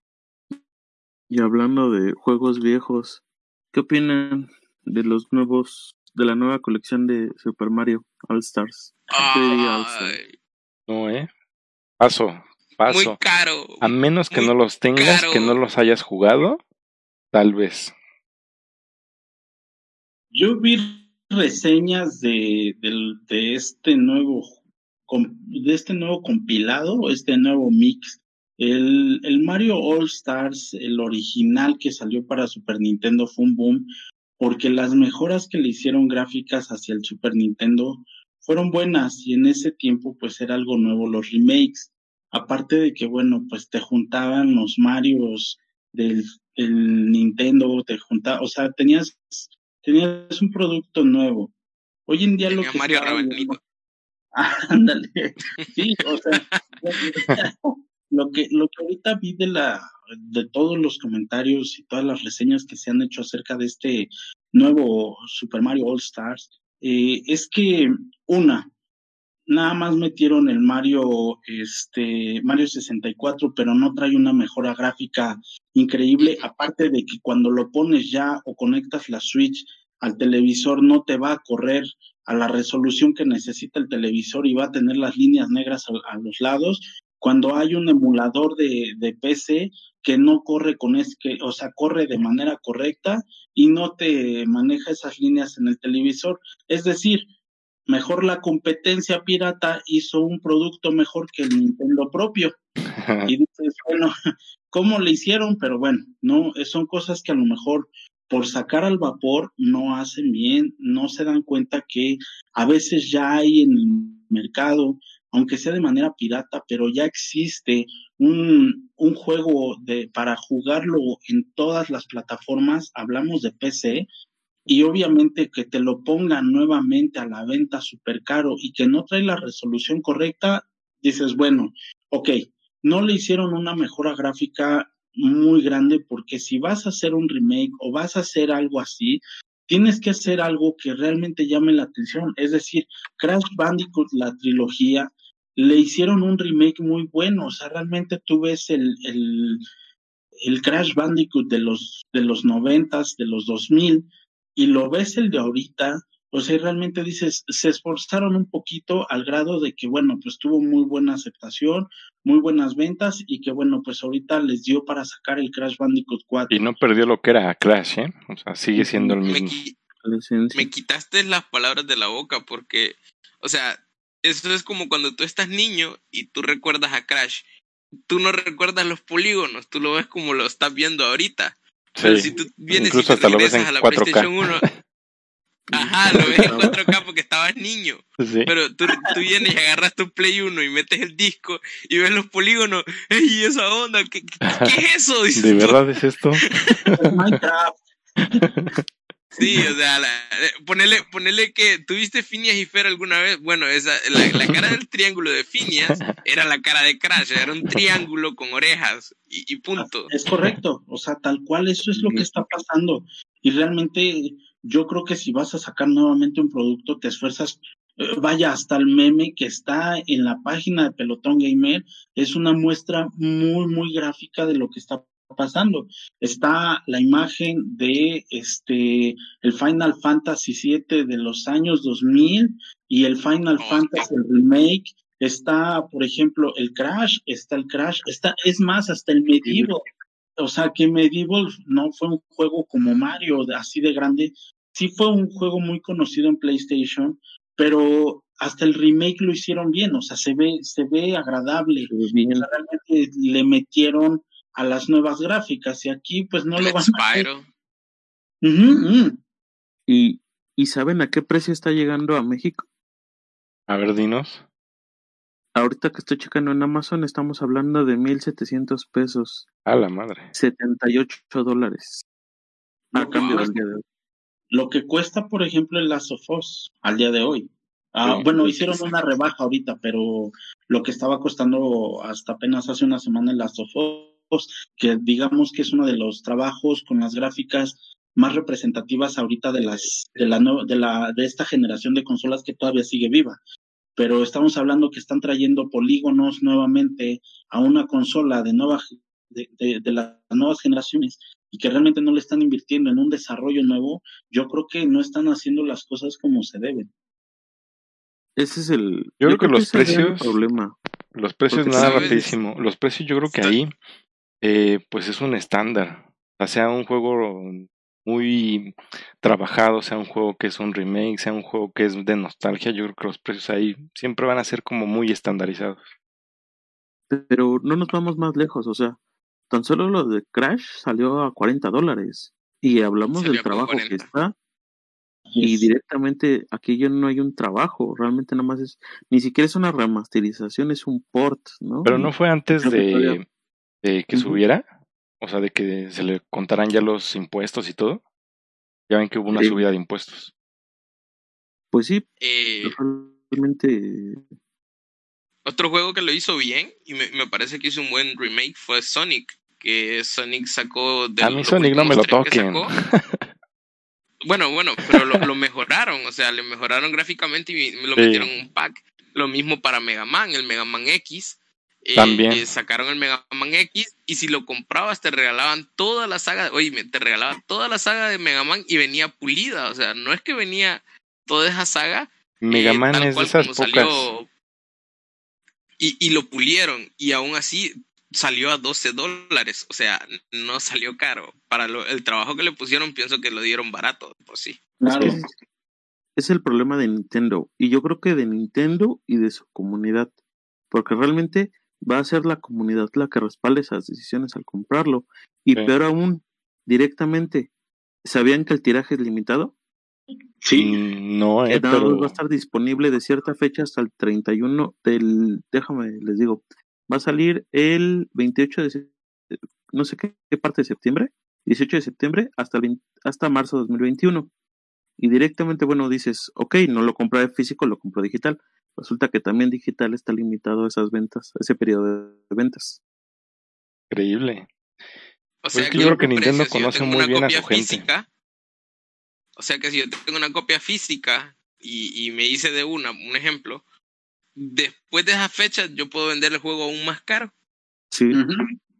Y hablando de juegos viejos, ¿qué opinan de de la nueva colección de Super Mario All Stars? 3D All Stars. Ay, No, paso, muy paso. caro, A menos que no muy los tengas, caro. que no los hayas jugado, tal vez. Yo vi reseñas de este de este nuevo compilado, este nuevo mix. El Mario All Stars, el original que salió para Super Nintendo, fue un boom porque las mejoras que le hicieron gráficas hacia el Super Nintendo fueron buenas y en ese tiempo pues era algo nuevo los remakes. Aparte de que bueno, pues te juntaban los Marios del el Nintendo, o sea, tenías un producto nuevo. Hoy en día lo Tenía que Mario estaba viendo, Rabanico. ándale, sí, o sea, lo que ahorita vi de todos los comentarios y todas las reseñas que se han hecho acerca de este nuevo Super Mario All Stars, es que nada más metieron el Mario 64, pero no trae una mejora gráfica increíble, aparte de que cuando lo pones ya o conectas la Switch al televisor no te va a correr a la resolución que necesita el televisor y va a tener las líneas negras a los lados, cuando hay un emulador de PC que no corre o sea, corre de manera correcta y no te maneja esas líneas en el televisor. Es decir, mejor la competencia pirata hizo un producto mejor que el Nintendo propio. Y dices, bueno, ¿cómo le hicieron? Pero bueno, no, son cosas que a lo mejor por sacar al vapor no hacen bien, no se dan cuenta que a veces ya hay en el mercado, aunque sea de manera pirata, pero ya existe un juego para jugarlo en todas las plataformas, hablamos de PC, y obviamente que te lo pongan nuevamente a la venta súper caro y que no trae la resolución correcta, dices, bueno, ok, no le hicieron una mejora gráfica muy grande porque si vas a hacer un remake o vas a hacer algo así, tienes que hacer algo que realmente llame la atención. Es decir, Crash Bandicoot, la trilogía, le hicieron un remake muy bueno. O sea, realmente tú ves el Crash Bandicoot de los 90s, de los 2000, y lo ves el de ahorita, o sea, realmente dices, se esforzaron un poquito al grado de que, bueno, pues tuvo muy buena aceptación, muy buenas ventas, y que, bueno, pues ahorita les dio para sacar el Crash Bandicoot Y 4. no perdió lo que era Crash, ¿eh? O sea, sigue siendo el Me, mismo. qui- La esencia. Me quitaste las palabras de la boca porque, o sea, eso es como cuando tú estás niño y tú recuerdas a Crash. Tú no recuerdas los polígonos, tú lo ves como lo estás viendo ahorita. Pero Sí, si tú vienes y incluso te hasta lo ves en regresas a la 4K. PlayStation 1, Ajá, lo ves en 4K porque estabas niño. Sí. Pero tú vienes y agarras tu Play 1 y metes el disco y ves los polígonos. ¡Ey, esa onda! ¿Qué es eso? Dices ¿De tú. verdad es esto? Es Minecraft. Sí, o sea, ponele que tuviste Phineas y Fer alguna vez. Bueno, la cara del triángulo de Phineas era la cara de Crash, era un triángulo con orejas y punto. Es correcto, o sea, tal cual eso es lo que está pasando. Y realmente yo creo que si vas a sacar nuevamente un producto, te esfuerzas, vaya, hasta el meme que está en la página de Pelotón Gamer, es una muestra muy, muy gráfica de lo que está pasando. Está la imagen de el Final Fantasy VII de los años 2000 y el Final Fantasy el remake. Está, por ejemplo, el Crash, es más, hasta el Medieval. O sea, que Medieval no fue un juego como Mario, así de grande. Sí fue un juego muy conocido en PlayStation, pero hasta el remake lo hicieron bien. O sea, se ve agradable. Bien. O sea, realmente le metieron a las nuevas gráficas y aquí pues no lo van a hacer. Spyro. ¿Y saben a qué precio está llegando a México? A ver, dinos. Ahorita que estoy checando en Amazon estamos hablando de 1,700 pesos. A la madre. $78 a Lo que cambio cuesta- del día de hoy. Lo que cuesta, por ejemplo, el Last of Us al día de hoy. Sí. Bueno, hicieron una rebaja ahorita, pero lo que estaba costando hasta apenas hace una semana el Last of Us, que digamos que es uno de los trabajos con las gráficas más representativas ahorita de esta generación de consolas que todavía sigue viva. Pero estamos hablando que están trayendo polígonos nuevamente a una consola de las nuevas generaciones y que realmente no le están invirtiendo en un desarrollo nuevo. Yo creo que no están haciendo las cosas como se deben. Ese es el. Yo creo que los ese es el gran precios, problema. los precios Porque nada ¿sabes? rapidísimo. Los precios yo creo que ahí, pues es un estándar. O sea un juego muy trabajado, sea un juego que es un remake, sea un juego que es de nostalgia, yo creo que los precios ahí siempre van a ser como muy estandarizados. Pero no nos vamos más lejos, o sea, tan solo lo de Crash salió a $40. Y hablamos Salió del con trabajo 40. que está. Así Y es. directamente aquí ya no hay un trabajo, realmente nada más ni siquiera es una remasterización, es un port, ¿no? Pero no fue antes creo que todavía- de que Ujú. subiera, o sea, de que se le contaran ya los impuestos y todo. Ya ven que hubo una Eh, subida de impuestos. Pues sí, Eh, realmente Otro juego que lo hizo bien y me parece que hizo un buen remake fue Sonic, que Sonic sacó de A mí los Sonic no me últimos lo 3 que toquen. sacó. Bueno, pero lo mejoraron, o sea, le mejoraron gráficamente y lo Sí. metieron en un pack. Lo mismo para Mega Man, el Mega Man X. También. Sacaron el Mega Man X y si lo comprabas te regalaban toda la saga, oye, te regalaban toda la saga de Mega Man y venía pulida, o sea, no es que venía toda esa saga Mega Man tal es de cual esas como pocas. salió y lo pulieron y aún así salió a $12, o sea, no salió caro. Para el trabajo que le pusieron pienso que lo dieron barato, por sí. Claro. es que es el problema de Nintendo. Y yo creo que de Nintendo y de su comunidad. Porque realmente va a ser la comunidad la que respalde esas decisiones al comprarlo. Y Sí. peor aún, directamente, ¿sabían que el tiraje es limitado? Sí, No, Que nada más pero va a estar disponible de cierta fecha hasta el 31 déjame, les digo, va a salir el 28 de no sé qué parte de septiembre, 18 de septiembre hasta marzo de 2021. Y directamente, bueno, dices, ok, no lo compré físico, lo compro digital. Resulta que también digital está limitado a esas ventas, a ese periodo de ventas. increíble. O Pues sea es que que yo el creo que Nintendo precio, si yo conoce tengo muy una bien a copia su gente. física, o sea que si yo tengo una copia física y me hice de un ejemplo, después de esa fecha yo puedo vender el juego aún más caro. Sí. Ujú.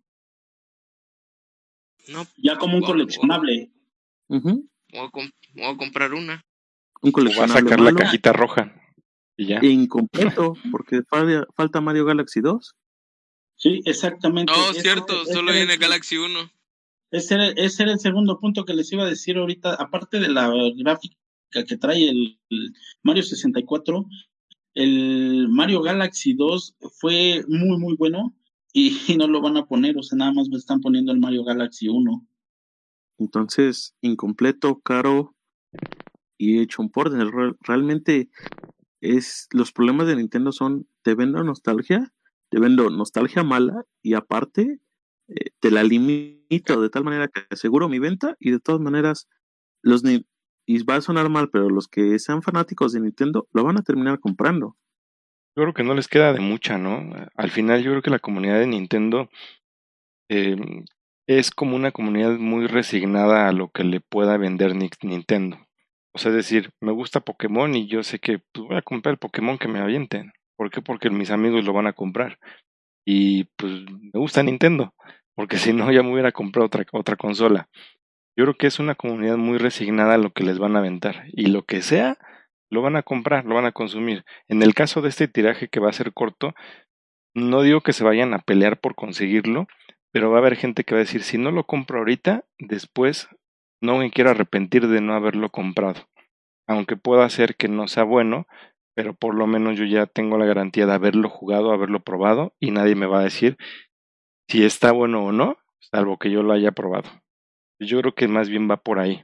No, Ya como un voy a- coleccionable. Ujú. voy a comprar una. Un O va a coleccionable sacar la malo cajita roja. Y ya. e incompleto, porque falta Mario Galaxy 2. Sí, exactamente. No, cierto, solo viene Galaxy 1. Ese era el segundo punto que les iba a decir ahorita. Aparte de la gráfica que trae el Mario 64, el Mario Galaxy 2 fue muy, muy bueno y no lo van a poner, o sea, nada más me están poniendo el Mario Galaxy 1. Entonces, incompleto, caro, y he hecho un port. Realmente los problemas de Nintendo son, te vendo nostalgia mala y aparte te la limito de tal manera que aseguro mi venta y de todas maneras y va a sonar mal, pero los que sean fanáticos de Nintendo lo van a terminar comprando. Yo creo que no les queda de mucha, ¿no? Al final yo creo que la comunidad de Nintendo eh, es como una comunidad muy resignada a lo que le pueda vender Nintendo. O sea, es decir, me gusta Pokémon y yo sé que pues, voy a comprar el Pokémon que me avienten. ¿Por qué? Porque mis amigos lo van a comprar. Y pues me gusta Nintendo, porque si no ya me hubiera comprado otra consola. Yo creo que es una comunidad muy resignada a lo que les van a aventar. Y lo que sea, lo van a comprar, lo van a consumir. En el caso de este tiraje que va a ser corto, no digo que se vayan a pelear por conseguirlo, pero va a haber gente que va a decir, si no lo compro ahorita, después no me quiero arrepentir de no haberlo comprado. Aunque pueda ser que no sea bueno, pero por lo menos yo ya tengo la garantía de haberlo jugado, haberlo probado, y nadie me va a decir si está bueno o no, salvo que yo lo haya probado. Yo creo que más bien va por ahí.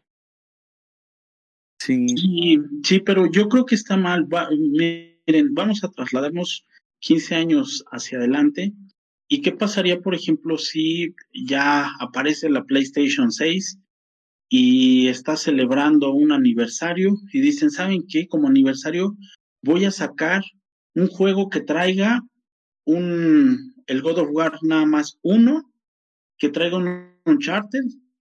Sí. Sí, pero yo creo que está mal. Miren, vamos a trasladarnos 15 años hacia adelante. ¿Y qué pasaría, por ejemplo, si ya aparece la PlayStation 6 y está celebrando un aniversario y dicen, ¿saben qué? Como aniversario voy a sacar un juego que traiga el God of War nada más uno, que traiga un Uncharted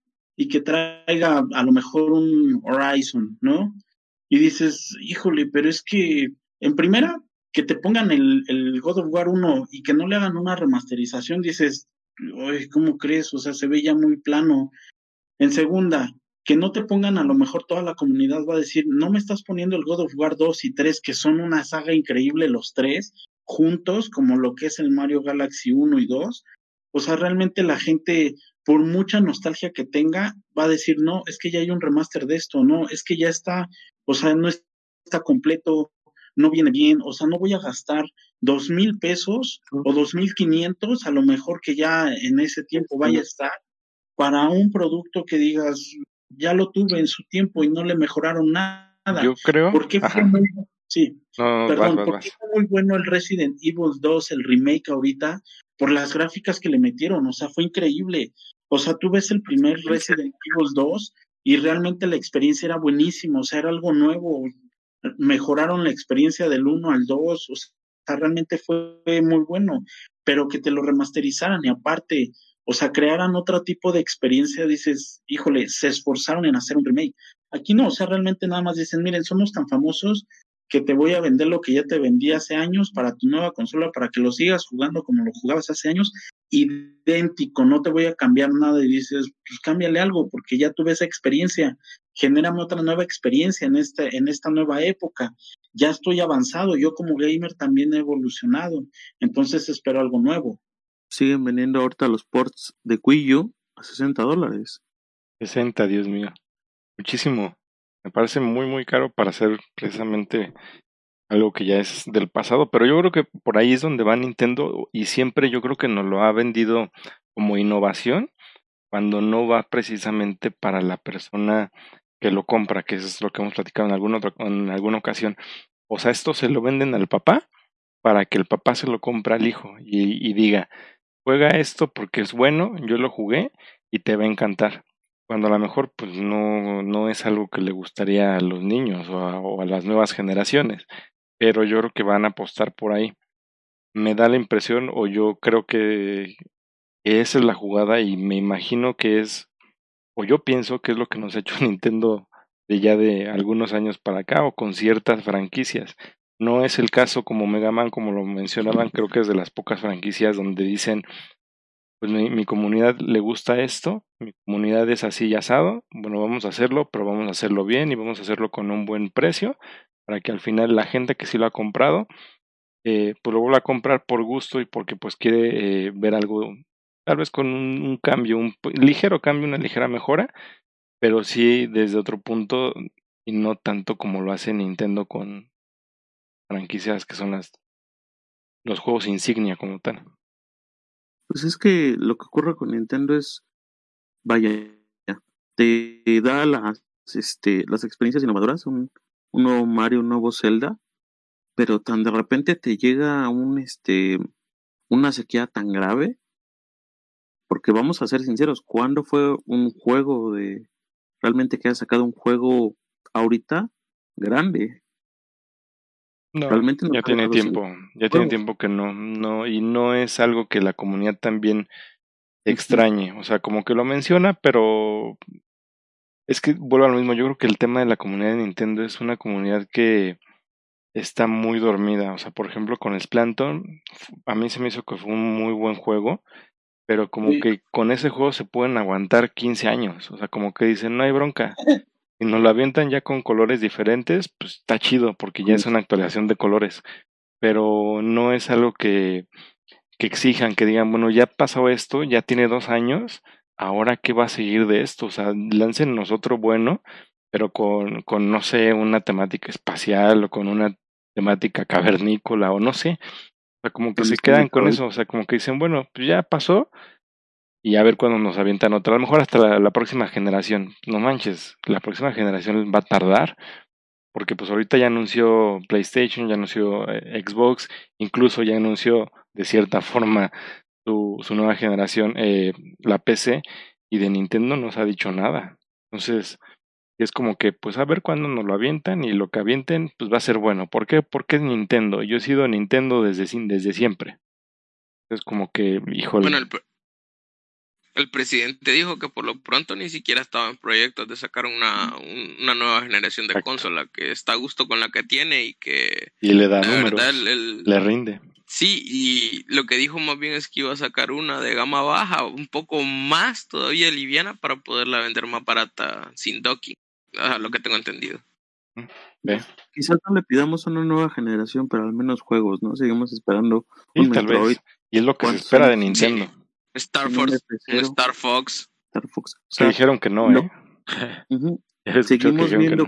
y que traiga a lo mejor un Horizon, ¿no? Y dices, híjole, pero es que en primera, que te pongan el God of War 1 y que no le hagan una remasterización, dices, uy, ¿cómo crees? O sea, se ve ya muy plano. En segunda, que no te pongan, a lo mejor toda la comunidad va a decir, no me estás poniendo el God of War 2 y 3, que son una saga increíble los tres, juntos, como lo que es el Mario Galaxy 1 y 2. O sea, realmente la gente, por mucha nostalgia que tenga, va a decir, no, es que ya hay un remaster de esto, no, es que ya está, o sea, no está completo, no viene bien, o sea, no voy a gastar 2,000 pesos o 2,500, a lo mejor que ya en ese tiempo vaya a estar para un producto que digas, ya lo tuve en su tiempo y no le mejoraron nada. Yo creo, ¿Por qué fue ajá, sí, no, perdón, ¿por qué vas. fue muy bueno el Resident Evil 2, el remake ahorita? Por las gráficas que le metieron, o sea, fue increíble. O sea, tú ves el primer Resident Evil 2 y realmente la experiencia era buenísima, o sea, era algo nuevo. Mejoraron la experiencia del 1 al 2, o sea, realmente fue muy bueno, pero que te lo remasterizaran y aparte, o sea, crearan otro tipo de experiencia, dices, híjole, se esforzaron en hacer un remake. Aquí no, o sea, realmente nada más dicen, miren, somos tan famosos que te voy a vender lo que ya te vendí hace años para tu nueva consola, para que lo sigas jugando como lo jugabas hace años, idéntico, no te voy a cambiar nada y dices, pues cámbiale algo, porque ya tuve esa experiencia, genérame otra nueva experiencia en esta nueva época. Ya estoy avanzado, yo como gamer también he evolucionado, entonces espero algo nuevo. Siguen vendiendo ahorita los ports de Wii U a $60. 60, Dios mío. Muchísimo. Me parece muy, muy caro para hacer precisamente algo que ya es del pasado, pero yo creo que por ahí es donde va Nintendo y siempre yo creo que nos lo ha vendido como innovación cuando no va precisamente para la persona que lo compra, que eso es lo que hemos platicado en alguna ocasión. O sea, esto se lo venden al papá para que el papá se lo compre al hijo y diga, juega esto porque es bueno, yo lo jugué y te va a encantar. Cuando a lo mejor pues no es algo que le gustaría a los niños o a las nuevas generaciones, pero yo creo que van a apostar por ahí. Me da la impresión o yo creo que esa es la jugada y me imagino que es, o yo pienso que es lo que nos ha hecho Nintendo de ya de algunos años para acá o con ciertas franquicias. No es el caso como Mega Man, como lo mencionaban, creo que es de las pocas franquicias donde dicen, pues mi comunidad le gusta esto, mi comunidad es así y asado, bueno, vamos a hacerlo, pero vamos a hacerlo bien y vamos a hacerlo con un buen precio para que al final la gente que sí lo ha comprado, pues lo vuelva a comprar por gusto y porque pues quiere ver algo, tal vez con un cambio, ligero cambio, una ligera mejora, pero sí desde otro punto y no tanto como lo hace Nintendo con franquicias que son los juegos insignia como tal. Pues es que lo que ocurre con Nintendo es, vaya, te da las experiencias innovadoras, un nuevo Mario, un nuevo Zelda, pero tan de repente te llega una sequía tan grave, porque vamos a ser sinceros, ¿cuándo fue un juego realmente que haya sacado un juego ahorita grande? No, Realmente no ya ha tiene sacado cinco tiempo, ya tiene juegos. tiempo que no, y no es algo que la comunidad también Ujú. extrañe, o sea, como que lo menciona, pero es que vuelvo a lo mismo, yo creo que el tema de la comunidad de Nintendo es una comunidad que está muy dormida, o sea, por ejemplo, con Splanton, a mí se me hizo que fue un muy buen juego, pero como Sí, que con ese juego se pueden aguantar 15 años, o sea, como que dicen, no hay bronca, y nos lo avientan ya con colores diferentes, pues está chido, porque ya es una actualización de colores, pero no es algo que exijan, que digan, bueno, ya pasó esto, ya tiene 2 años, ahora qué va a seguir de esto, o sea, láncenos otro bueno, pero con, no sé, una temática espacial o con una temática cavernícola o no sé, o sea, como que Con se este quedan con Metroid. eso, o sea, como que dicen, bueno, pues ya pasó y a ver cuándo nos avientan otra, a lo mejor hasta la próxima generación, no manches, la próxima generación va a tardar, porque pues ahorita ya anunció PlayStation, ya anunció Xbox, incluso ya anunció de cierta forma su nueva generación, la PC, y de Nintendo no se ha dicho nada. Entonces, es como que, pues a ver cuándo nos lo avientan y lo que avienten, pues va a ser bueno. ¿Por qué? Porque es Nintendo. Yo he sido Nintendo desde siempre. Es como que, Bueno, híjole, el presidente dijo que por lo pronto ni siquiera estaba en proyectos de sacar una nueva generación de exacto. consola, que está a gusto con la que tiene y que Y le da la verdad números, le rinde. sí, y lo que dijo más bien es que iba a sacar una de gama baja, un poco más todavía liviana para poderla vender más barata sin docking, lo que tengo entendido. ¿Ve? Quizás no le pidamos una nueva generación, pero al menos juegos, ¿no? Seguimos esperando Y un tal Metroid. vez. Y es lo que se ¿Cuántos espera de años? Sí, Nintendo. Star Un Force, un F0, Star Fox. Star Fox. O Que sea, dijeron que no, lo, ¿eh? ujú. Ya he escuchado que Seguimos dijeron que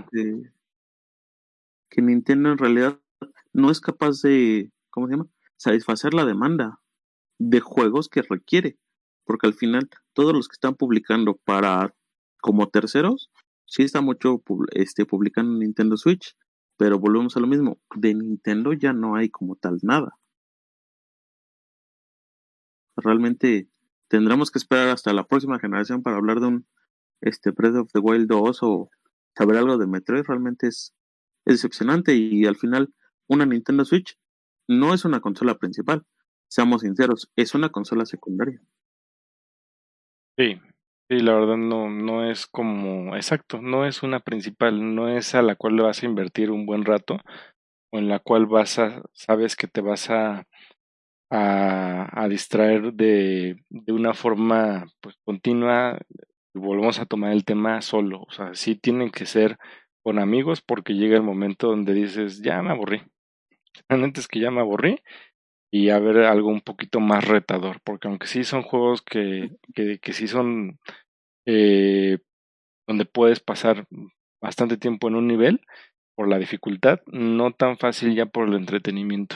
viendo no. que Nintendo en realidad no es capaz de, ¿cómo se llama? Satisfacer la demanda de juegos que requiere. Porque al final, todos los que están publicando para como terceros, sí está mucho publicando en Nintendo Switch, pero volvemos a lo mismo. De Nintendo ya no hay como tal nada. Realmente tendremos que esperar hasta la próxima generación para hablar de un Breath of the Wild 2 o saber algo de Metroid. Realmente es decepcionante y al final una Nintendo Switch no es una consola principal. Seamos sinceros, es una consola secundaria. Sí, sí, la verdad no es como, exacto, no es una principal, no es a la cual le vas a invertir un buen rato o en la cual sabes que te vas a distraer de una forma pues continua. Volvemos a tomar el tema solo, o sea, sí tienen que ser con amigos porque llega el momento donde dices, ya me aburrí, realmente es que ya me aburrí y a ver algo un poquito más retador, porque aunque sí son juegos que sí son eh, donde puedes pasar bastante tiempo en un nivel por la dificultad, no tan fácil ya por el entretenimiento.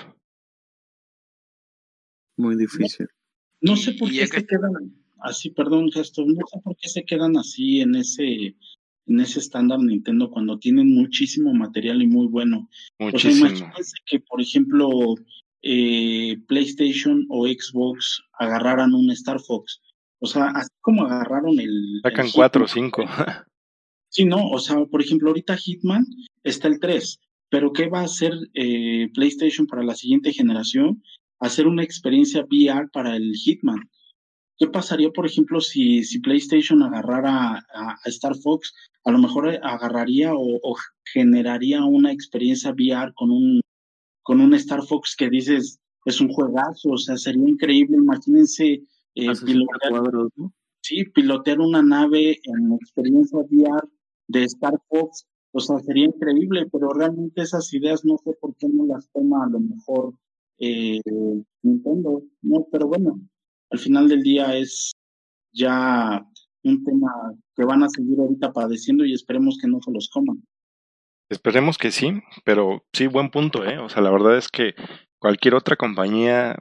Muy no, difícil. no sé por Y qué ya se que quedan así, perdón, Gestor, no sé por qué se quedan así en ese estándar Nintendo cuando tienen muchísimo material y muy bueno. O sea, Muchísimo. imagínense que, por ejemplo, PlayStation o Xbox agarraran un Star Fox. O sea, así como agarraron el Sacan 4 Hitman. o 5. Sí, no, o sea, por ejemplo, ahorita Hitman está el 3, pero ¿qué va a hacer PlayStation para la siguiente generación? Hacer una experiencia VR para el Hitman. ¿Qué pasaría, por ejemplo, si PlayStation agarrara a Star Fox? A lo mejor agarraría o generaría una experiencia VR con un Star Fox que dices, es un juegazo, o sea, sería increíble. Imagínense A 60 pilotear, cuadros, ¿no? sí, pilotear una nave en experiencia VR de Star Fox, o sea, sería increíble, pero realmente esas ideas no sé por qué no las toma a lo mejor eh, Nintendo, ¿no? Pero bueno, al final del día es ya un tema que van a seguir ahorita padeciendo y esperemos que no se los coman. Esperemos que sí, pero sí, buen punto, ¿eh? O sea, la verdad es que cualquier otra compañía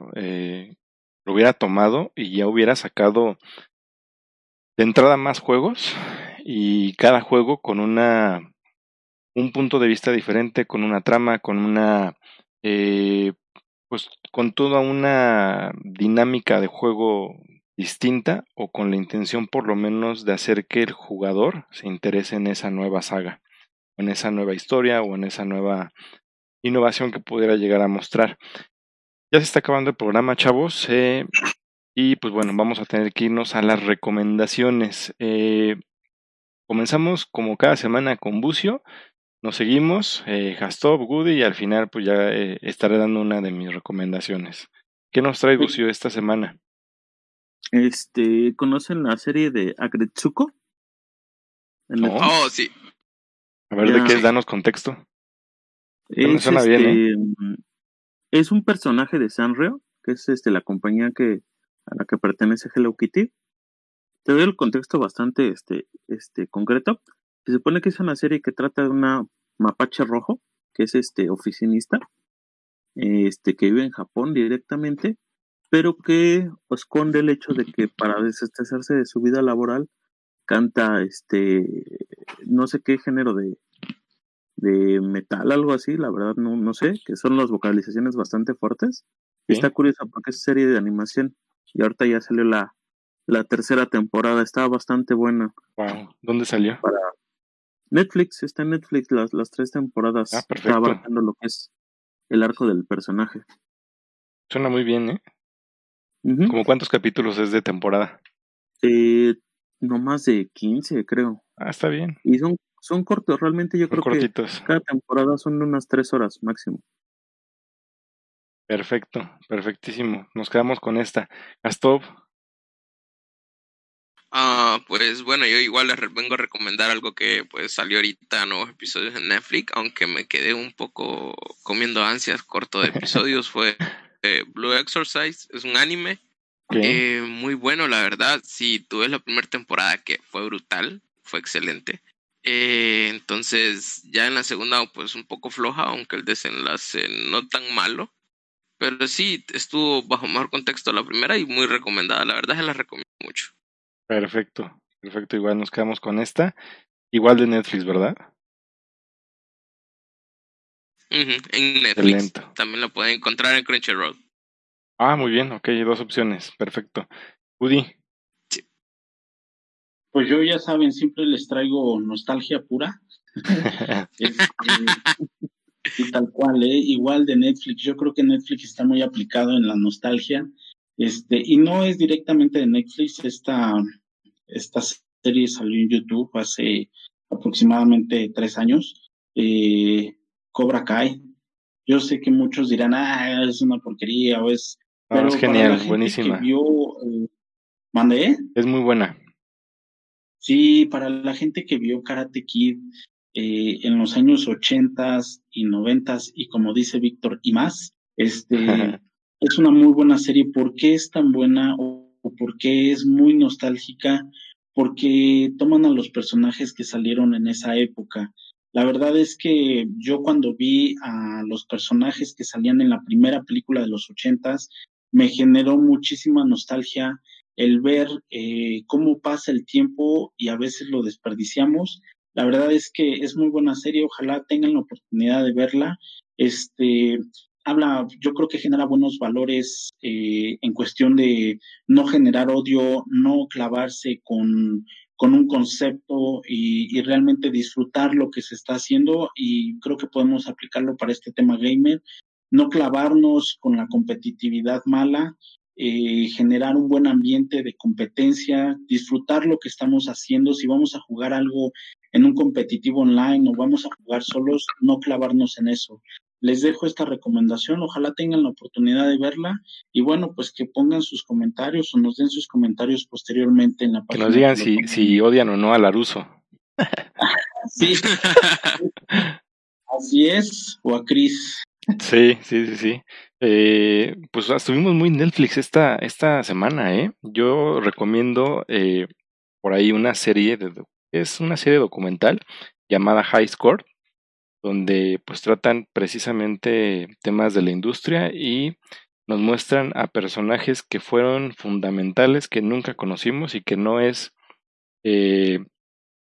lo hubiera tomado y ya hubiera sacado de entrada más juegos y cada juego con un punto de vista diferente, con una trama, con pues con toda una dinámica de juego distinta o con la intención por lo menos de hacer que el jugador se interese en esa nueva saga, o en esa nueva historia o en esa nueva innovación que pudiera llegar a mostrar. Ya se está acabando el programa, chavos, y pues bueno, vamos a tener que irnos a las recomendaciones. Comenzamos como cada semana con Bucio. Nos seguimos, Hastov, Woody, y al final pues ya estaré dando una de mis recomendaciones. ¿Qué nos trae Bucio esta semana? ¿Conocen la serie de Agretsuko? No. Oh, sí. A ver, Ya. ¿de qué es? Danos contexto. Me Es, suena bien, ¿eh? Es un personaje de Sanrio, que es la compañía a la que pertenece Hello Kitty. Te doy el contexto bastante concreto. Se supone que es una serie que trata de una mapache rojo, que es oficinista, que vive en Japón directamente, pero que esconde el hecho de que para desestresarse de su vida laboral canta no sé qué género de metal, algo así, la verdad no sé, que son las vocalizaciones bastante fuertes. Y Sí. está curioso porque es serie de animación y ahorita ya salió la tercera temporada, está bastante buena. Wow. ¿Dónde salió? Para Netflix, está en Netflix las 3 temporadas, Ah, está perfecto. abarcando lo que es el arco del personaje. Suena muy bien, ¿eh? Ujú. ¿Cómo cuántos capítulos es de temporada? No más de 15, creo. Ah, está bien. Y son cortos, realmente yo Son creo que cortitos. cada temporada son unas 3 horas máximo. Perfecto, perfectísimo. Nos quedamos con esta. Gastov, Pues bueno, yo igual vengo a recomendar algo que pues salió ahorita, nuevos episodios en Netflix, aunque me quedé un poco comiendo ansias, corto de episodios, fue Blue Exorcise, es un anime, ¿qué? muy bueno la verdad, si tú ves la primera temporada que fue brutal, fue excelente, entonces ya en la segunda pues un poco floja, aunque el desenlace no tan malo, pero sí estuvo bajo mejor contexto la primera y muy recomendada, la verdad se la recomiendo mucho. Perfecto, perfecto. Igual nos quedamos con esta. Igual de Netflix, ¿verdad? En Netflix. Excelente. También lo pueden encontrar en Crunchyroll. Ah, muy bien, ok, 2 opciones. Perfecto. Woody, Sí. Pues yo ya saben, siempre les traigo nostalgia pura. Y tal cual, igual de Netflix. Yo creo que Netflix está muy aplicado en la nostalgia. Y no es directamente de Netflix. Esta serie salió en YouTube hace aproximadamente 3 años. Cobra Kai. Yo sé que muchos dirán, es una porquería no, es pero para la genial, gente que buenísima. vio, ¿mandé? Es muy buena. Sí, para la gente que vio Karate Kid en los años 80s y 90s y como dice Víctor y más, es una muy buena serie. ¿Por qué es tan buena o por qué es muy nostálgica? Porque toman a los personajes que salieron en esa época. La verdad es que yo cuando vi a los personajes que salían en la primera película de los 80s, me generó muchísima nostalgia el ver cómo pasa el tiempo y a veces lo desperdiciamos. La verdad es que es muy buena serie, ojalá tengan la oportunidad de verla. Yo creo que genera buenos valores en cuestión de no generar odio, no clavarse con un concepto y realmente disfrutar lo que se está haciendo y creo que podemos aplicarlo para este tema gamer, no clavarnos con la competitividad mala, generar un buen ambiente de competencia, disfrutar lo que estamos haciendo. Si vamos a jugar algo en un competitivo online o vamos a jugar solos, no clavarnos en eso. Les dejo esta recomendación, ojalá tengan la oportunidad de verla y bueno, pues que pongan sus comentarios o nos den sus comentarios posteriormente en la Que página nos de digan Pelotón. si odian o no a Laruso. Sí, así es, o a Cris. Sí, sí, sí, sí. Pues estuvimos muy Netflix esta semana, ¿eh? Yo recomiendo por ahí una serie es una serie documental llamada High Score, donde pues tratan precisamente temas de la industria y nos muestran a personajes que fueron fundamentales, que nunca conocimos y que no es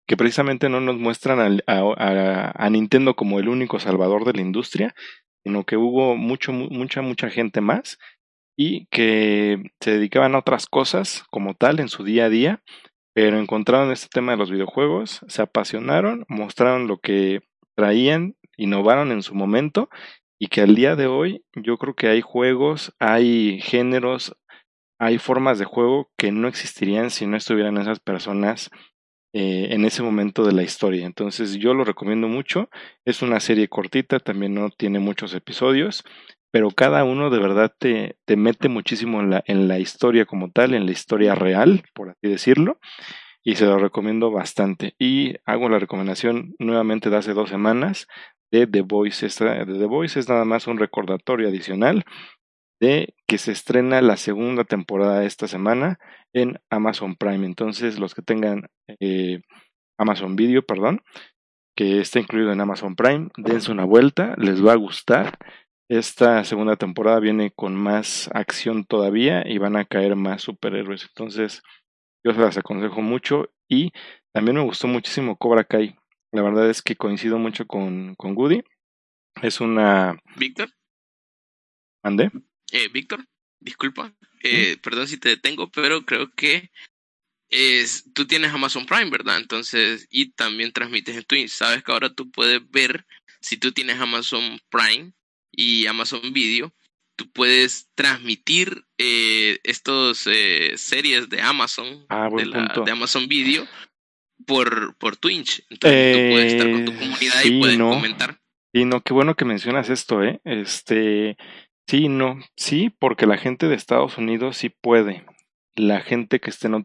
que precisamente no nos muestran a Nintendo como el único salvador de la industria, sino que hubo mucha gente más y que se dedicaban a otras cosas como tal en su día a día, pero encontraron este tema de los videojuegos, se apasionaron, mostraron lo que traían, innovaron en su momento y que al día de hoy yo creo que hay juegos, hay géneros, hay formas de juego que no existirían si no estuvieran esas personas en ese momento de la historia. Entonces yo lo recomiendo mucho. Es una serie cortita, también no tiene muchos episodios, pero cada uno de verdad te mete muchísimo en la historia como tal, en la historia real, por así decirlo, y se lo recomiendo bastante. Y hago la recomendación nuevamente de hace 2 semanas de The Voice. De The Voice es nada más un recordatorio adicional de que se estrena la segunda temporada esta semana en Amazon Prime. Entonces, los que tengan Amazon Video, perdón, que está incluido en Amazon Prime, dense una vuelta, les va a gustar. Esta segunda temporada viene con más acción todavía y van a caer más superhéroes. Entonces, yo se las aconsejo mucho y también me gustó muchísimo Cobra Kai. La verdad es que coincido mucho con Woody. Es una... Víctor, ¿Andé? Víctor, disculpa, ¿Sí? perdón si te detengo, pero creo que tú tienes Amazon Prime, ¿verdad? Entonces, y también transmites en Twitch. Sabes que ahora tú puedes ver, si tú tienes Amazon Prime y Amazon Video, tú puedes transmitir estos series de Amazon, Buen de punto. Amazon Video, por Twitch. Entonces tú puedes estar con tu comunidad y Sí, puedes no. comentar. Sí, no, qué bueno que mencionas esto, ¿eh? Sí, no, sí, porque la gente de Estados Unidos sí puede. La gente que está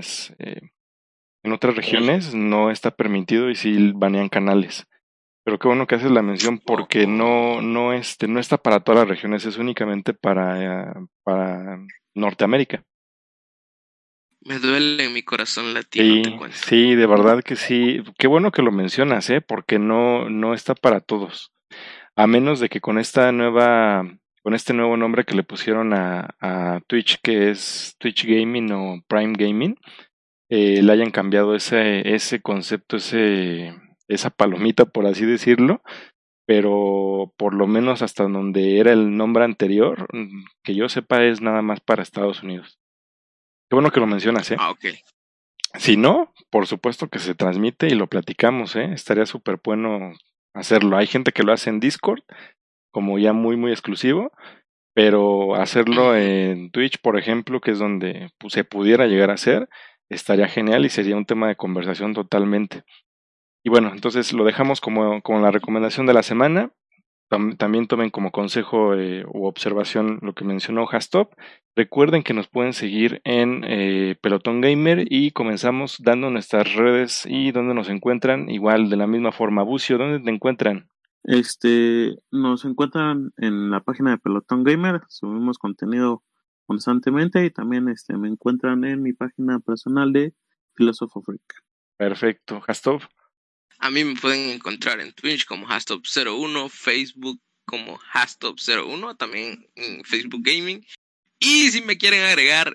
en otras regiones no está permitido y sí banean canales. Pero qué bueno que haces la mención porque no está para todas las regiones, es únicamente para Norteamérica. Me duele en mi corazón latino, te Sí, cuento. sí, de verdad que sí. Qué bueno que lo mencionas, porque no está para todos. A menos de que con este nuevo nombre que le pusieron a Twitch, que es Twitch Gaming o Prime Gaming, le hayan cambiado ese concepto, esa palomita, por así decirlo, pero por lo menos hasta donde era el nombre anterior, que yo sepa, es nada más para Estados Unidos. Qué bueno que lo mencionas, ¿eh? Ah, ok. Si no, por supuesto que se transmite y lo platicamos, ¿eh? Estaría súper bueno hacerlo. Hay gente que lo hace en Discord, como ya muy exclusivo, pero hacerlo Ujú. en Twitch, por ejemplo, que es donde se pudiera llegar a hacer, estaría genial y sería un tema de conversación totalmente. Y bueno, entonces lo dejamos como la recomendación de la semana. También tomen como consejo u observación lo que mencionó Hastop. Recuerden que nos pueden seguir en Pelotón Gamer y comenzamos dando nuestras redes y donde nos encuentran. Igual de la misma forma, Bucio, ¿dónde te encuentran? Nos encuentran en la página de Pelotón Gamer, subimos contenido constantemente y también me encuentran en mi página personal de Filósofo Freak. Perfecto. Hastop. A mí me pueden encontrar en Twitch como Hastop01, Facebook como Hastop01, también en Facebook Gaming. Y si me quieren agregar,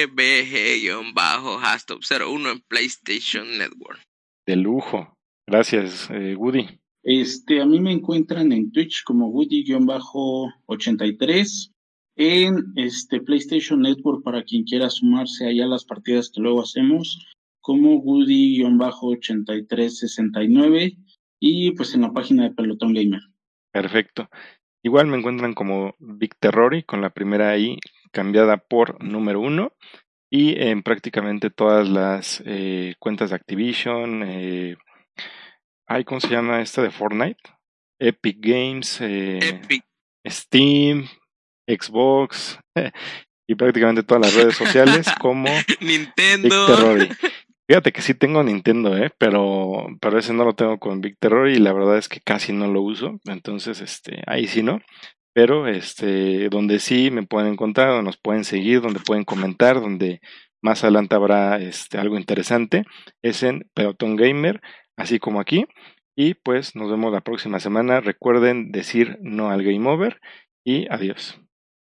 RBG-Hastop01 en PlayStation Network. De lujo. Gracias, Woody. A mí me encuentran en Twitch como Woody-83, en PlayStation Network para quien quiera sumarse allá a las partidas que luego hacemos, como Woody-8369 y pues en la página de Pelotón Gamer. Perfecto. Igual me encuentran como Big Terrori con la primera I cambiada por número 1 y en prácticamente todas las cuentas de Activision. ¿Cómo se llama esta de Fortnite? Epic Games, Epic. Steam, Xbox y prácticamente todas las redes sociales como Big Nintendo. Terrori. Fíjate que sí tengo Nintendo, pero ese no lo tengo con Big Terror y la verdad es que casi no lo uso, entonces ahí sí no. Pero donde sí me pueden encontrar, donde nos pueden seguir, donde pueden comentar, donde más adelante habrá algo interesante, es en Pelotón Gamer, así como aquí. Y pues nos vemos la próxima semana. Recuerden decir no al Game Over y adiós.